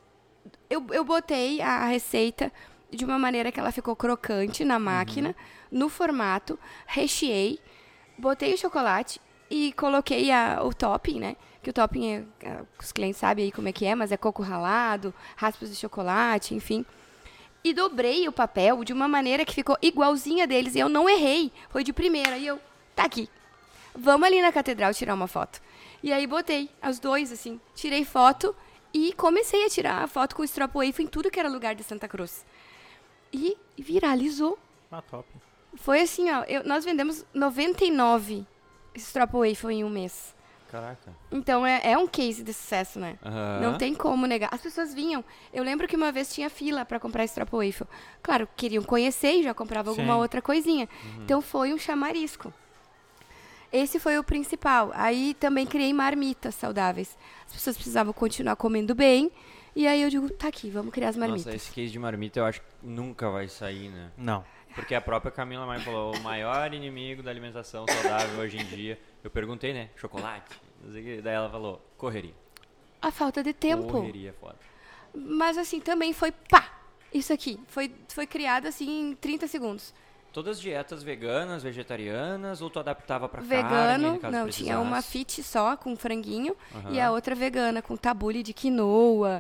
eu botei a receita de uma maneira que ela ficou crocante na máquina, no formato, recheei, botei o chocolate e coloquei o topping, né? Que o topping, os clientes sabem aí como é que é, mas é coco ralado, raspas de chocolate, enfim. E dobrei o papel de uma maneira que ficou igualzinha deles e eu não errei. Foi de primeira e tá aqui. Vamos ali na catedral tirar uma foto. E aí botei as dois, assim, tirei foto e comecei a tirar a foto com o stroopwafel em tudo que era lugar de Santa Cruz. E viralizou. Top. Foi assim, ó, nós vendemos 99 stroopwafel em um mês. Caraca. Então é um case de sucesso, né? Não tem como negar. As pessoas vinham. Eu lembro que uma vez tinha fila para comprar stroopwafel. Claro, queriam conhecer e já compravam alguma outra coisinha. Então foi um chamarisco. Esse foi o principal. Aí também criei marmitas saudáveis. As pessoas precisavam continuar comendo bem. E aí eu digo, tá aqui, vamos criar as marmitas. Nossa, esse case de marmita eu acho que nunca vai sair, né? Não. Porque a própria Camila Maia falou, o maior inimigo da alimentação saudável hoje em dia. Eu perguntei, né? Chocolate? Daí ela falou, correria. A falta de tempo. Correria é foda. Mas assim, também foi pá! Isso aqui. Foi criado assim em 30 segundos. Todas dietas veganas, vegetarianas, ou tu adaptava pra Vegano, carne, caso não, precisasse? tinha uma fit só com franguinho e a outra vegana com tabule de quinoa,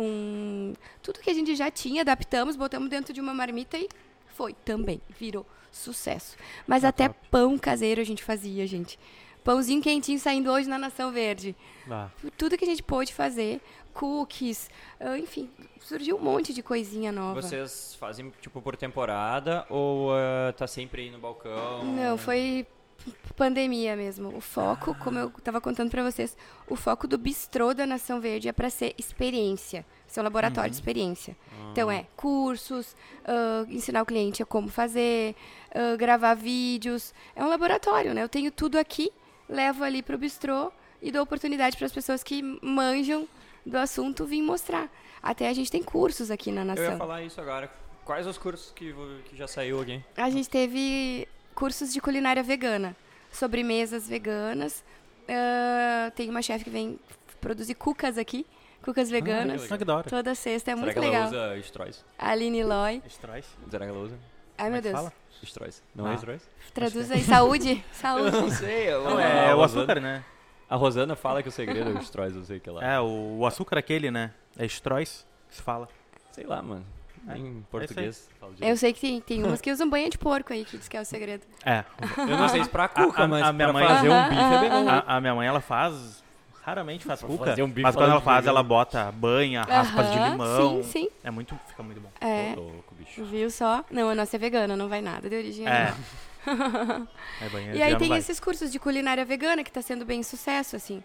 tudo que a gente já tinha, adaptamos, botamos dentro de uma marmita e foi também, virou sucesso. Mas até pão caseiro a gente fazia, gente. Pãozinho quentinho saindo hoje na Nação Verde. Tudo que a gente pôde fazer, cookies, enfim, surgiu um monte de coisinha nova. Vocês fazem, tipo, por temporada ou tá sempre aí no balcão? Não, foi pandemia mesmo. O foco, como eu estava contando para vocês, o foco do bistrô da Nação Verde é para ser experiência, ser um laboratório de experiência. Então cursos, ensinar o cliente a como fazer, gravar vídeos. É um laboratório, né? Eu tenho tudo aqui, levo ali para o bistrô e dou oportunidade para as pessoas que manjam do assunto vir mostrar. Até a gente tem cursos aqui na Nação. Eu ia falar isso agora. Quais os cursos que já saiu aqui? A gente teve cursos de culinária vegana, sobremesas veganas. Tem uma chefe que vem produzir cucas aqui, cucas veganas. Que da hora. Toda sexta, é Será muito que legal. ela usa Strois? Aline Loy. Estróis. Será que ela usa? Ai, meu Deus. Fala? Strois. Não é Strois? Traduz aí, saúde. Saúde. Eu não sei. Não, é o açúcar, né? A Rosana fala que o segredo é o Strois, eu sei que ela... É, o açúcar aquele, né? É Stróis que se fala. Sei lá, mano. Em português. Eu sei que tem umas que usam banha de porco aí, que diz que é o segredo. É. Eu não sei se pra cuca, mas a minha pra mãe fazer um bife é bem bom. A minha mãe, ela faz... Raramente faz cuca, fazer um bife mas quando ela falando de faz, vegano. ela bota banha, raspas de limão. Sim. Fica muito bom. É. Tô louco, bicho. Viu só? Não, a nossa é vegana, não vai nada de origem É. animal. Banha E aí já tem não vai. esses cursos de culinária vegana que tá sendo bem sucesso, assim.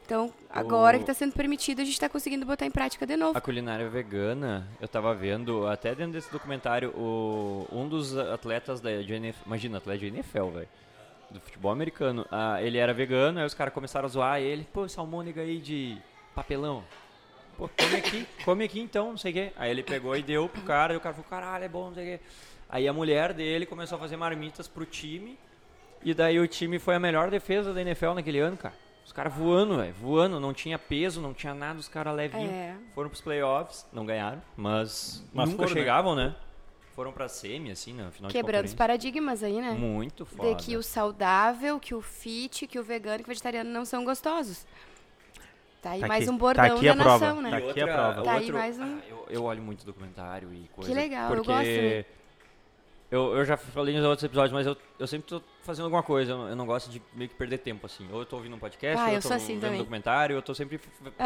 Então, agora que está sendo permitido, a gente está conseguindo botar em prática de novo. A culinária vegana, eu tava vendo, até dentro desse documentário, um dos atletas de NFL, imagina, atleta de NFL, velho, do futebol americano, ele era vegano, aí os caras começaram a zoar ele, pô, salmônega aí de papelão. Pô, come aqui então, não sei o quê. Aí ele pegou e deu pro cara, e o cara falou, caralho, é bom, não sei o quê. Aí a mulher dele começou a fazer marmitas pro time, e daí o time foi a melhor defesa da NFL naquele ano, cara. Os caras voando, velho, voando, não tinha peso, não tinha nada, os caras levinhos. Foram pros playoffs, não ganharam, mas nunca foram, chegavam, né? Foram pra semi, assim, no final Quebrando os paradigmas aí, né? Muito foda. De que o saudável, que o fit, que o vegano, que o vegetariano não são gostosos. Tá aí mais um bordão da nação, né? Tá aqui a prova. Tá aí mais um... Eu olho muito documentário e coisa. Que legal, porque eu gosto. Eu já falei nos outros episódios, mas eu sempre tô fazendo alguma coisa. Eu não gosto de meio que perder tempo, assim. Ou eu tô ouvindo um podcast, ou eu tô vendo um documentário, eu tô sempre...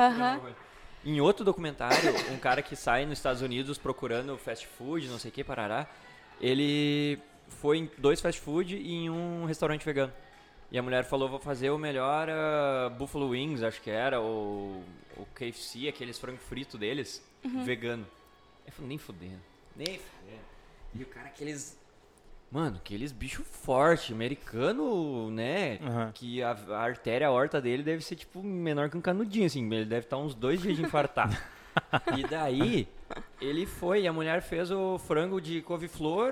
Em outro documentário, um cara que sai nos Estados Unidos procurando fast food, não sei o que, parará, ele foi em 2 fast food e em um restaurante vegano. E a mulher falou, vou fazer o melhor Buffalo Wings, acho que era, ou o KFC, aqueles frango frito deles, vegano. Eu falei, nem fudendo. E o cara, aqueles bichos fortes, americano, né? Que a artéria aorta dele deve ser, tipo, menor que um canudinho, assim. Ele deve estar uns 2 dias de infartar. E daí, ele foi, e a mulher fez o frango de couve-flor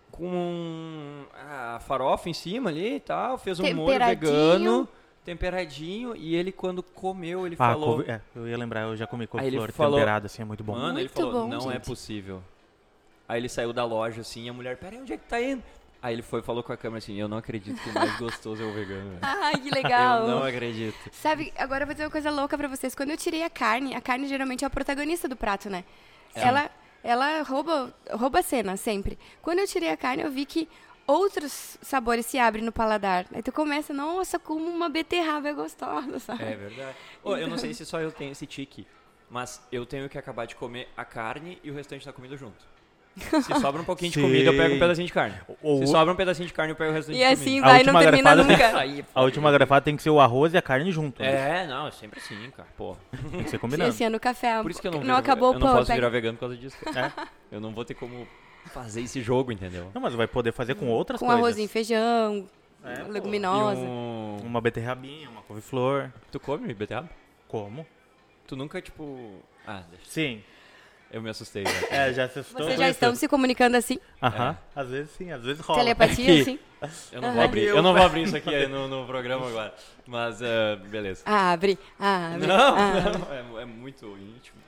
com a farofa em cima ali e tal. Fez um molho vegano, temperadinho. E ele, quando comeu, ele falou... eu ia lembrar, eu já comi couve-flor temperado, assim, é muito bom. Mano, muito ele falou, bom, não gente. é possível. Aí ele saiu da loja, assim, e a mulher, peraí, onde é que tá indo? Aí ele foi e falou com a câmera assim, eu não acredito que o mais gostoso é o vegano. Velho. Ai, que legal. Eu não acredito. Sabe, agora eu vou dizer uma coisa louca pra vocês. Quando eu tirei a carne geralmente é a protagonista do prato, né? Ela rouba a cena, sempre. Quando eu tirei a carne, eu vi que outros sabores se abrem no paladar. Aí tu começa, nossa, como uma beterraba é gostosa, sabe? É verdade. Então... eu não sei se só eu tenho esse tique, mas eu tenho que acabar de comer a carne e o restante da comida junto. Se sobra um pouquinho de comida, eu pego um pedacinho de carne. Se sobra um pedacinho de carne, eu pego o restante de comida. E assim vai, não termina nunca. A última garfada tem que ser o arroz e a carne junto. Não, é sempre assim, cara. Pô. Tem que ser combinado. E assim, no café, por isso que eu não acabou o pão. Eu não posso virar vegano por causa disso. Eu não vou ter como fazer esse jogo, entendeu? Não, mas vai poder fazer com outras coisas. Com arrozinho, feijão, leguminosa. Uma beterrabinha, uma couve-flor. Tu come beterraba? Como? Tu nunca, tipo... deixa. Sim. Eu me assustei. Já assustou. Vocês já estão se comunicando assim? Às vezes sim, às vezes rola. Telepatia, assim? Eu não vou abrir isso aqui no programa agora. Mas, beleza. Abre. Não, é muito íntimo.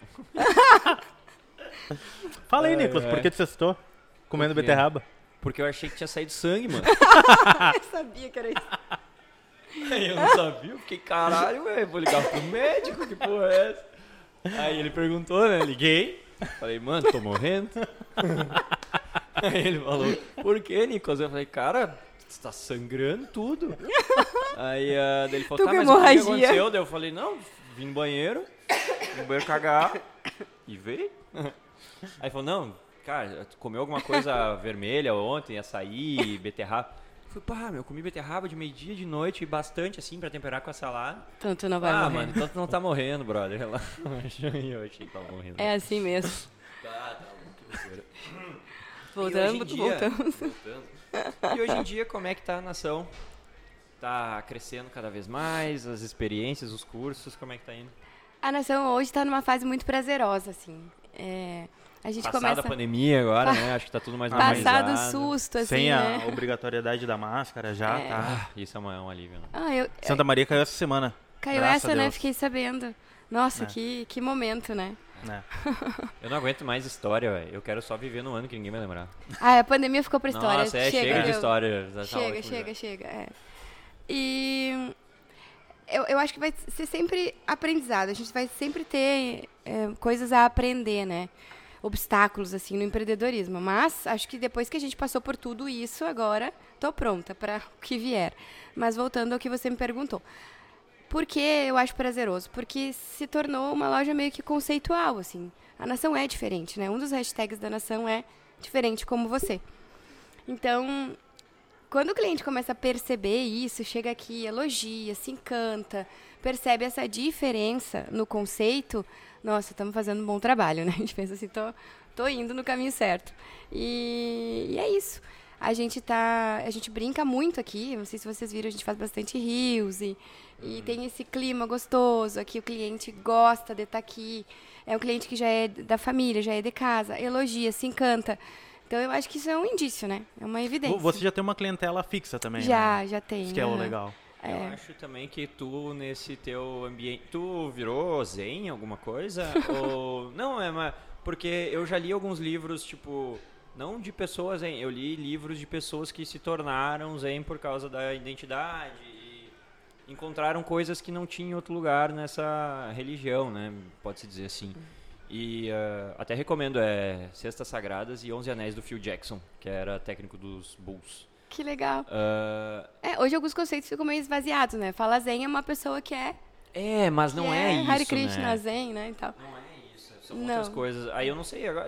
Fala aí, Nicolas, por que tu assustou? Comendo beterraba? Porque eu achei que tinha saído sangue, mano. Eu sabia que era isso. Eu não sabia, eu fiquei, caralho, velho, vou ligar pro médico, que porra é essa? Aí ele perguntou, né, liguei. Falei, mano, tô morrendo. Aí ele falou, por que, Nicolas? Eu falei, cara, você tá sangrando tudo. Aí ele falou, tá, mas o que aconteceu? Daí eu falei, não, vim no banheiro cagar e veio. Aí falou, não, cara, tu comeu alguma coisa vermelha ontem, açaí, beterraba? Eu falei, eu comi beterraba de meio-dia, de noite, bastante, assim, pra temperar com a salada. Então tu não vai morrer. Mano, então tu não tá morrendo, brother. Eu achei que tava morrendo. É assim mesmo. Tá bom, que loucura. Voltamos. E hoje em dia, como é que tá a nação? Tá crescendo cada vez mais, as experiências, os cursos, como é que tá indo? A nação hoje tá numa fase muito prazerosa, assim. A gente Passada a pandemia agora, né? Acho que tá tudo mais normalizado. Passado o susto, assim, sem né? a obrigatoriedade da máscara já, tá? Isso é um alívio, né? Santa Maria caiu essa semana. Caiu essa, né? Fiquei sabendo. Nossa, que momento, né? Eu não aguento mais história, velho. Eu quero só viver no ano que ninguém vai lembrar. A pandemia ficou pra história. Nossa, chega de história. Chega. E eu acho que vai ser sempre aprendizado. A gente vai sempre ter coisas a aprender, né? Obstáculos, assim, no empreendedorismo. Mas acho que depois que a gente passou por tudo isso, agora tô pronta para o que vier. Mas voltando ao que você me perguntou. Por que eu acho prazeroso? Porque se tornou uma loja meio que conceitual, assim. A nação é diferente, né? Um dos hashtags da nação é diferente como você. Então, quando o cliente começa a perceber isso, chega aqui, elogia, se encanta, percebe essa diferença no conceito, nossa, estamos fazendo um bom trabalho, né? A gente pensa assim, tô indo no caminho certo. E é isso. A gente brinca muito aqui, não sei se vocês viram, a gente faz bastante rios e tem esse clima gostoso, aqui o cliente gosta de estar aqui, é um cliente que já é da família, já é de casa, elogia, se encanta. Então eu acho que isso é um indício, né? É uma evidência. Você já tem uma clientela fixa também, já, né? Já tem. Isso que é o legal. Eu acho também que tu, nesse teu ambiente, tu virou zen alguma coisa? Ou não, mas porque eu já li alguns livros, tipo, não de pessoas zen, eu li livros de pessoas que se tornaram zen por causa da identidade e encontraram coisas que não tinham em outro lugar nessa religião, né? Pode-se dizer assim. E até recomendo, Cestas Sagradas e 11 Anéis do Phil Jackson, que era técnico dos Bulls. Que legal. Hoje alguns conceitos ficam meio esvaziados, né? Fala zen é uma pessoa que é... mas não é isso, Hare Krishna, né? Zen, né? E tal. Não é isso, são outras coisas. Aí eu não sei, agora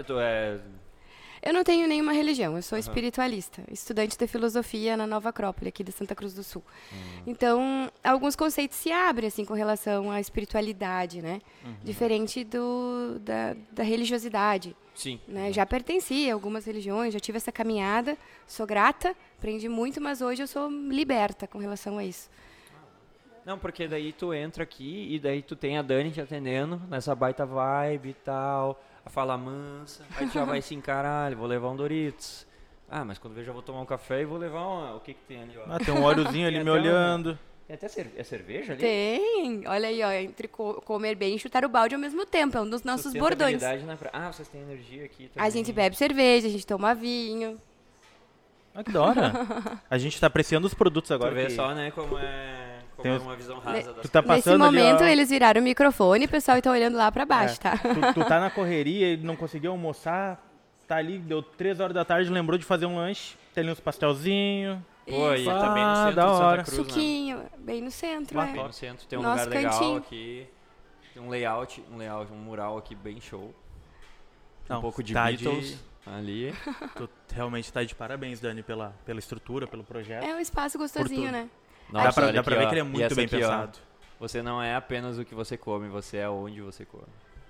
Eu não tenho nenhuma religião, eu sou espiritualista, estudante de filosofia na Nova Acrópole, aqui de Santa Cruz do Sul. Então, alguns conceitos se abrem, assim, com relação à espiritualidade, né? Diferente da religiosidade. Sim. Né? Já pertenci a algumas religiões, já tive essa caminhada, sou grata, aprendi muito, mas hoje eu sou liberta com relação a isso. Não, porque daí tu entra aqui e daí tu tem a Dani te atendendo nessa baita vibe e tal, a fala mansa, aí tu já vai assim, caralho, vou levar um Doritos. Ah, mas quando eu já vou tomar um café e vou levar o que tem ali, ó. Tem um óleozinho ali me olhando. Tem até cerveja ali? Tem, olha aí, ó, entre comer bem e chutar o balde ao mesmo tempo, é um dos nossos bordões. Vocês têm energia aqui também. A gente bebe cerveja, a gente toma vinho. Ah, que da hora. A gente tá apreciando os produtos agora. Tu vê só, né, como é uma visão rasa das tá Nesse momento, eles viraram o microfone, o pessoal tá olhando lá pra baixo, tá? Tu tá na correria e não conseguiu almoçar, tá ali, deu 3 horas da tarde, lembrou de fazer um lanche, tem ali uns pastelzinhos. Pô, e tá bem no centro da de Santa hora. Cruz, Suquinho, bem no centro, né? Bem no centro, tem um Nosso lugar legal cantinho. aqui, tem um layout, um mural aqui bem show. Não, um pouco de tá Beatles ali. Tu realmente tá de parabéns, Dani, pela estrutura, pelo projeto. É um espaço gostosinho, né? Nossa, dá pra ver que ele é muito bem pensado. Você não é apenas o que você come, você é onde você come.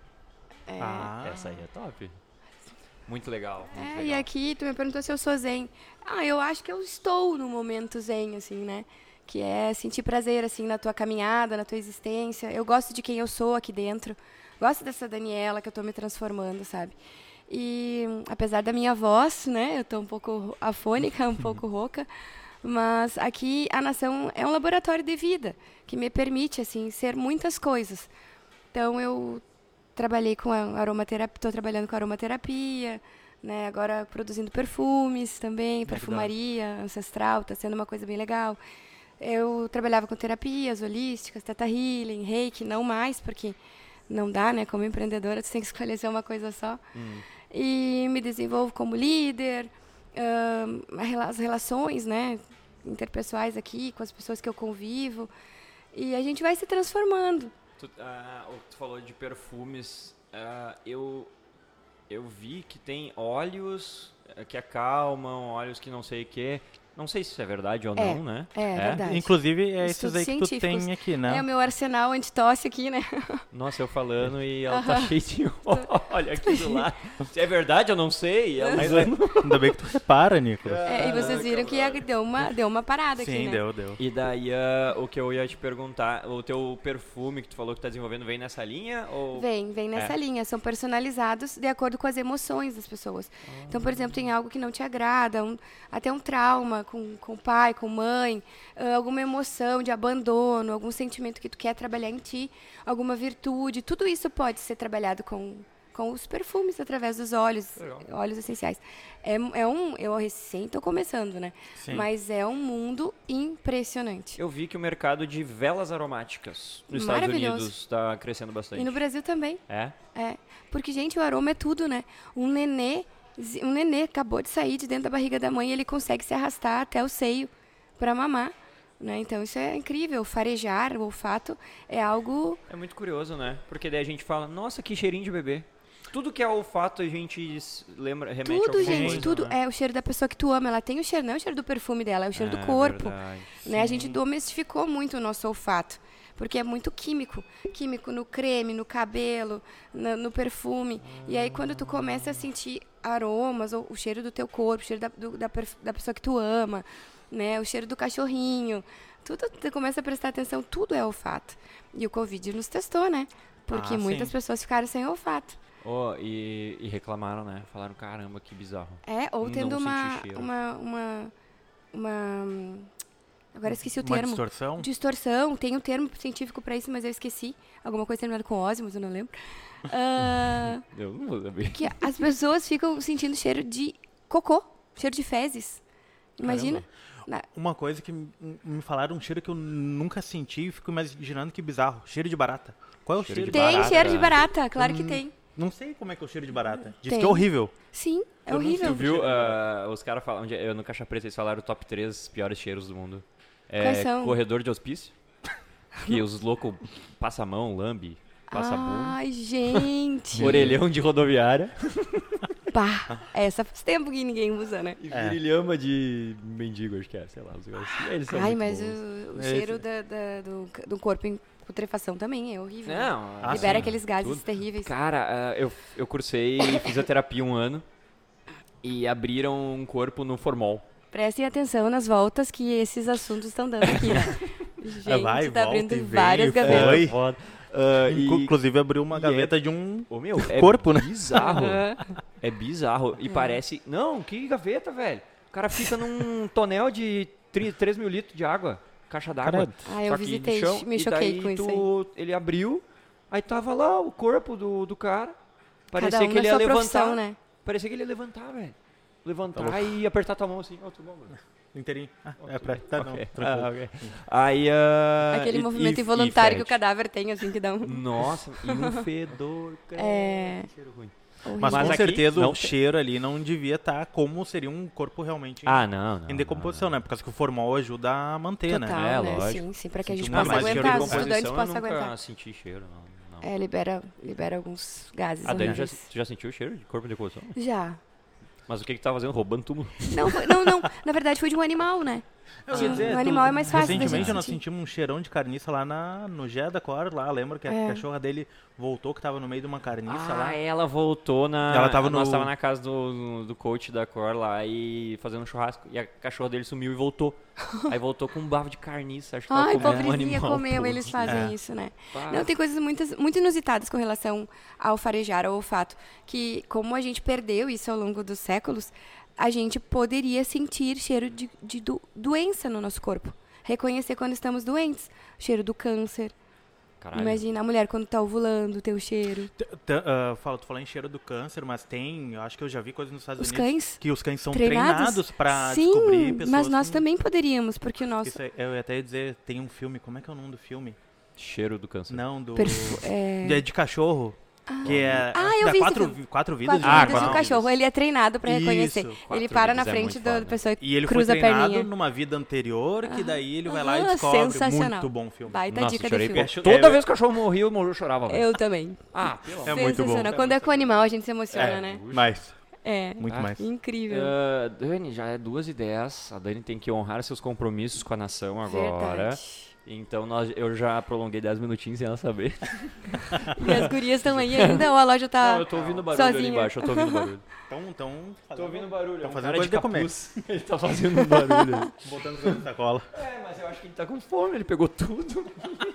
Essa aí é top. Muito legal. Muito legal. E aqui tu me perguntou se eu sou zen. Eu acho que eu estou no momento zen, assim, né? Que é sentir prazer, assim, na tua caminhada, na tua existência. Eu gosto de quem eu sou aqui dentro. Gosto dessa Daniela que eu tô me transformando, sabe? E apesar da minha voz, né? Eu tô um pouco afônica, um pouco rouca. Mas aqui a Nação é um laboratório de vida que me permite, assim, ser muitas coisas. Então, eu trabalhei com aromaterapia, estou trabalhando com aromaterapia, né? Agora produzindo perfumes também, perfumaria ancestral, está sendo uma coisa bem legal. Eu trabalhava com terapias holísticas, Theta Healing, Reiki, não mais, porque não dá, né? Como empreendedora, você tem que escolher ser uma coisa só. E me desenvolvo como líder, as relações, né, interpessoais aqui, com as pessoas que eu convivo. E a gente vai se transformando. Tu falou de perfumes, eu vi que tem óleos que acalmam, óleos que não sei o que. Não sei se isso é verdade ou não, né? É verdade. Inclusive, esses aí que tu tem aqui, né? É o meu arsenal antitosse aqui, né? Nossa, eu falando e ela tá cheia de olha aqui do lado. Se é verdade, eu não sei. Mas ainda bem que tu repara, Nicolas. E vocês viram que deu uma parada aqui, né? Sim, deu. E daí, o que eu ia te perguntar, o teu perfume que tu falou que tá desenvolvendo vem nessa linha? Ou... Vem nessa linha. São personalizados de acordo com as emoções das pessoas. Então, por exemplo, tem algo que não te agrada, até um trauma com o pai, com mãe, alguma emoção de abandono, algum sentimento que tu quer trabalhar em ti, alguma virtude, tudo isso pode ser trabalhado com os perfumes através dos óleos essenciais. Eu recém estou começando, né? Sim. Mas é um mundo impressionante. Eu vi que o mercado de velas aromáticas nos Estados Unidos está crescendo bastante. E no Brasil também. É? Porque, gente, o aroma é tudo, né? Um nenê acabou de sair de dentro da barriga da mãe e ele consegue se arrastar até o seio para mamar. Né? Então, isso é incrível. O farejar, o olfato, é algo... É muito curioso, né? Porque daí a gente fala, nossa, que cheirinho de bebê. Tudo que é olfato a gente remete Tudo, ao gente, coisa, tudo. né? É o cheiro da pessoa que tu ama. Ela tem o cheiro, não é o cheiro do perfume dela, é o cheiro do corpo. Verdade. Né? A gente domestificou muito o nosso olfato. Porque é muito químico. Químico no creme, no cabelo, no perfume. E aí, quando tu começa a sentir aromas, ou o cheiro do teu corpo, o cheiro da pessoa que tu ama, né? O cheiro do cachorrinho. Tudo, tu começa a prestar atenção, tudo é olfato. E o Covid nos testou, né? Porque muitas pessoas ficaram sem olfato. Oh, e reclamaram, né? Falaram, caramba, que bizarro. Ou tendo Não senti cheiro. Agora eu esqueci o Uma termo. distorção? Distorção. Tem um termo científico pra isso, mas eu esqueci. Alguma coisa terminada com ósmos, eu não lembro. Eu não vou saber. Que as pessoas ficam sentindo cheiro de cocô, cheiro de fezes. Imagina. Uma coisa que me falaram, um cheiro que eu nunca senti e fico imaginando que bizarro. Cheiro de barata. Qual é o cheiro de barata? Tem cheiro de barata, claro que tem. Não sei como é que é o cheiro de barata. Diz Tem. que é horrível. Sim, é Eu não horrível. Tu viu, os caras falam, no Caixa Preta eles falaram o top 3 piores cheiros do mundo. Quais são? Corredor de hospício, que os loucos passa a mão, lambe, passa a bunda. Ai, gente. Orelhão de rodoviária. Pá, essa faz tempo que ninguém usa, né? E virilhama de mendigo, acho que é, sei lá. Eles são Ai, muito mas bons. o cheiro do corpo em putrefação também é horrível. Não, Libera sim, aqueles gases tudo. terríveis. Cara, eu cursei fisioterapia 1 ano e abriram um corpo no formol. Prestem atenção nas voltas que esses assuntos estão dando aqui, né? Gente, Vai, tá volta abrindo e vem, várias gavetas. Foi. Foda. Inclusive abriu uma gaveta de um Meu, corpo, né? Bizarro. É bizarro. E parece... Não, que gaveta, velho. O cara fica num tonel de 3 mil litros de água. Caixa d'água. Ah, eu Só que visitei, de chão, me e choquei daí com isso aí. Ele abriu, aí tava lá o corpo do cara. Parecia Cada um que ele na ia sua levantar. profissão, né? Parecia que ele ia levantar, velho. Levantar e apertar tua mão assim. Ó, tudo bom, mano? Inteirinho. É pra... Tá, Ok. não. Tranquilo. Ok. Aí, Aquele movimento e involuntário que o fede. cadáver tem, assim, que dá um... Nossa, e um fedor, cara. Cheiro ruim. Mas Mas com aqui certeza não o cheiro ali não devia estar como seria um corpo realmente Não. em decomposição, né? Por causa que o formol ajuda a manter, Total, né? né? lógico. Sim, pra que a gente Sinto possa muito mais cheiro aguentar, de os estudantes Eu possam nunca aguentar. senti cheiro, não. Libera alguns gases A Dani, horríveis. tu já sentiu o cheiro de corpo de decomposição? Já. Mas o que tu tava fazendo? Roubando túmulo? Não. Na verdade, foi de um animal, né? Eu ia dizer, No animal é mais fácil da recentemente gente nós sentir. sentimos um cheirão de carniça lá no Gé da Cor, lá. Lembra que a cachorra dele voltou, que tava no meio de uma carniça lá? Ela voltou na... Ela tava Nós no- tava na casa do coach da Cor lá e fazendo um churrasco. E a cachorra dele sumiu e voltou. Aí voltou com um bafo de carniça. Acho que Ai, tava comendo um pobrezinha, animal. comeu, pô. eles fazem isso, né? Pá. Não, tem coisas muito inusitadas com relação ao farejar, ao olfato, que como a gente perdeu isso ao longo dos séculos, a gente poderia sentir cheiro de doença no nosso corpo. Reconhecer quando estamos doentes. Cheiro do câncer. Caralho. Imagina a mulher quando tá ovulando, tem o cheiro. Tu falou em cheiro do câncer, mas eu acho que eu já vi coisas nos Estados Os Unidos cães que os cães são treinados? treinados pra Sim, descobrir pessoas mas nós com- também poderíamos, porque o nosso... Isso eu ia até dizer, tem um filme, como é que é o nome do filme? Cheiro do câncer. Não, do... é... de cachorro. Que é eu vi esse quatro filme. quatro vidas de Quatro um vidas do animal. cachorro. Ele é treinado pra Isso, reconhecer. Quatro Ele para na vidas é frente muito da foda. pessoa E ele cruza foi a treinado perninha. numa vida anterior, que daí ele vai lá e Ah, descobre. sensacional. Muito bom filme. Baita Nossa, dica de chorei. filme. Toda vez que o cachorro morria, eu chorava. velho. Eu também. Pelo É muito bom. Sensacional. Quando é com o animal, a gente se emociona, né? Mais. É. Muito mais. Incrível. Dani, já é 2h10. A Dani tem que honrar seus compromissos com a nação agora. Verdade. Então eu já prolonguei 10 minutinhos sem ela saber. E as gurias estão aí ainda ou a loja tá Não, eu tô ouvindo barulho ali sozinha? embaixo, eu tô ouvindo barulho. Tô ouvindo barulho. Tá é um fazendo cara coisa de comer. capuz. Ele tá fazendo um barulho. Botando coisa na sacola. Mas eu acho que ele tá com fome, ele pegou tudo.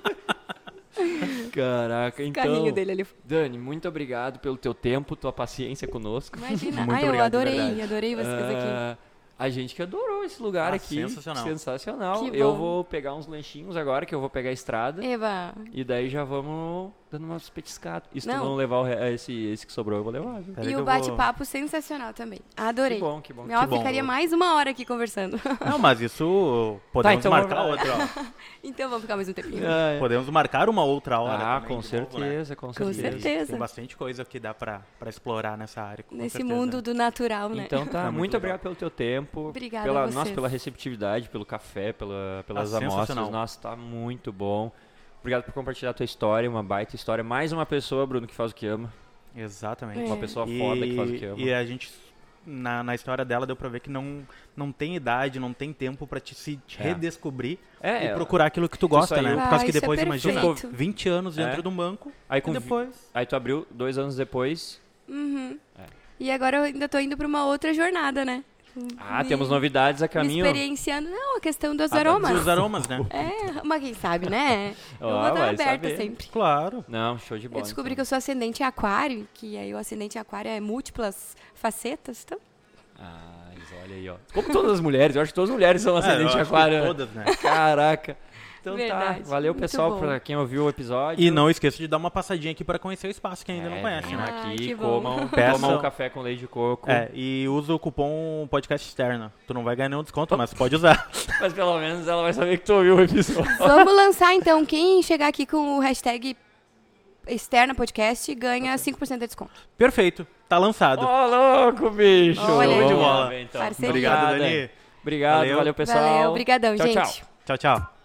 Caraca, O então... carrinho dele ali. Dani, muito obrigado pelo teu tempo, tua paciência conosco. Imagina. Muito Eu obrigado, de verdade. adorei vocês aqui. A gente que adorou esse lugar aqui. Sensacional. Sensacional. Que Eu bom. vou pegar uns lanchinhos agora, que eu vou pegar a estrada. Eva, E daí já vamos dando umas petiscadas. E se tu Não. não levar esse que sobrou, eu vou levar. Viu? Peraí e que o eu bate-papo sensacional também. Adorei. Que bom, que bom. Minha bom. ficaria mais uma hora aqui conversando. Não, mas isso podemos então marcar vamos- outra, ó. Então vamos ficar mais um tempinho. Podemos marcar uma outra hora. Ah, também, com de novo, né? certeza, com certeza. certeza. Tem bastante coisa que dá pra explorar nessa área. com Nesse certeza. mundo do natural, né? Então tá, É muito muito legal. obrigado pelo teu tempo. Obrigada pela, a vocês. nossa, pela receptividade, pelo café, pelas amostras. sensacional. Nossa, tá muito bom. Obrigado por compartilhar a tua história, uma baita história. Mais uma pessoa, Bruno, que faz o que ama. Exatamente. Uma pessoa foda que faz o que ama. E a gente, na história dela, deu pra ver que não tem idade, não tem tempo pra te redescobrir e procurar aquilo que tu gosta, né? Por causa que depois, imagina, 20 anos dentro de um banco aí e depois... Aí tu abriu 2 anos depois. E agora eu ainda tô indo pra uma outra jornada, né? Temos novidades a caminho. Experienciando, a questão dos aromas. Dos aromas, né? Mas quem sabe, né? Eu vou estar aberta sempre. Claro. Não, show de bola. Eu descobri que eu sou ascendente em aquário, que aí o ascendente em aquário é múltiplas facetas, então... Olha aí, ó. Como todas as mulheres, eu acho que todas as mulheres são ascendente em aquário. Todas, né? Caraca. Então Verdade, valeu pessoal pra quem ouviu o episódio. E não esqueça de dar uma passadinha aqui pra conhecer o espaço que ainda não conhece, né? Aqui, comam um café com leite de coco. E usa o cupom podcast externo. Tu não vai ganhar nenhum desconto, mas pode usar. Mas pelo menos ela vai saber que tu ouviu o episódio. Vamos lançar então, quem chegar aqui com o hashtag externa podcast ganha 5% de desconto. Perfeito, tá lançado. Louco, bicho. Olha de bola. Então. Obrigado, Dani. Obrigado, valeu pessoal. Valeu, obrigadão, gente. Tchau, tchau.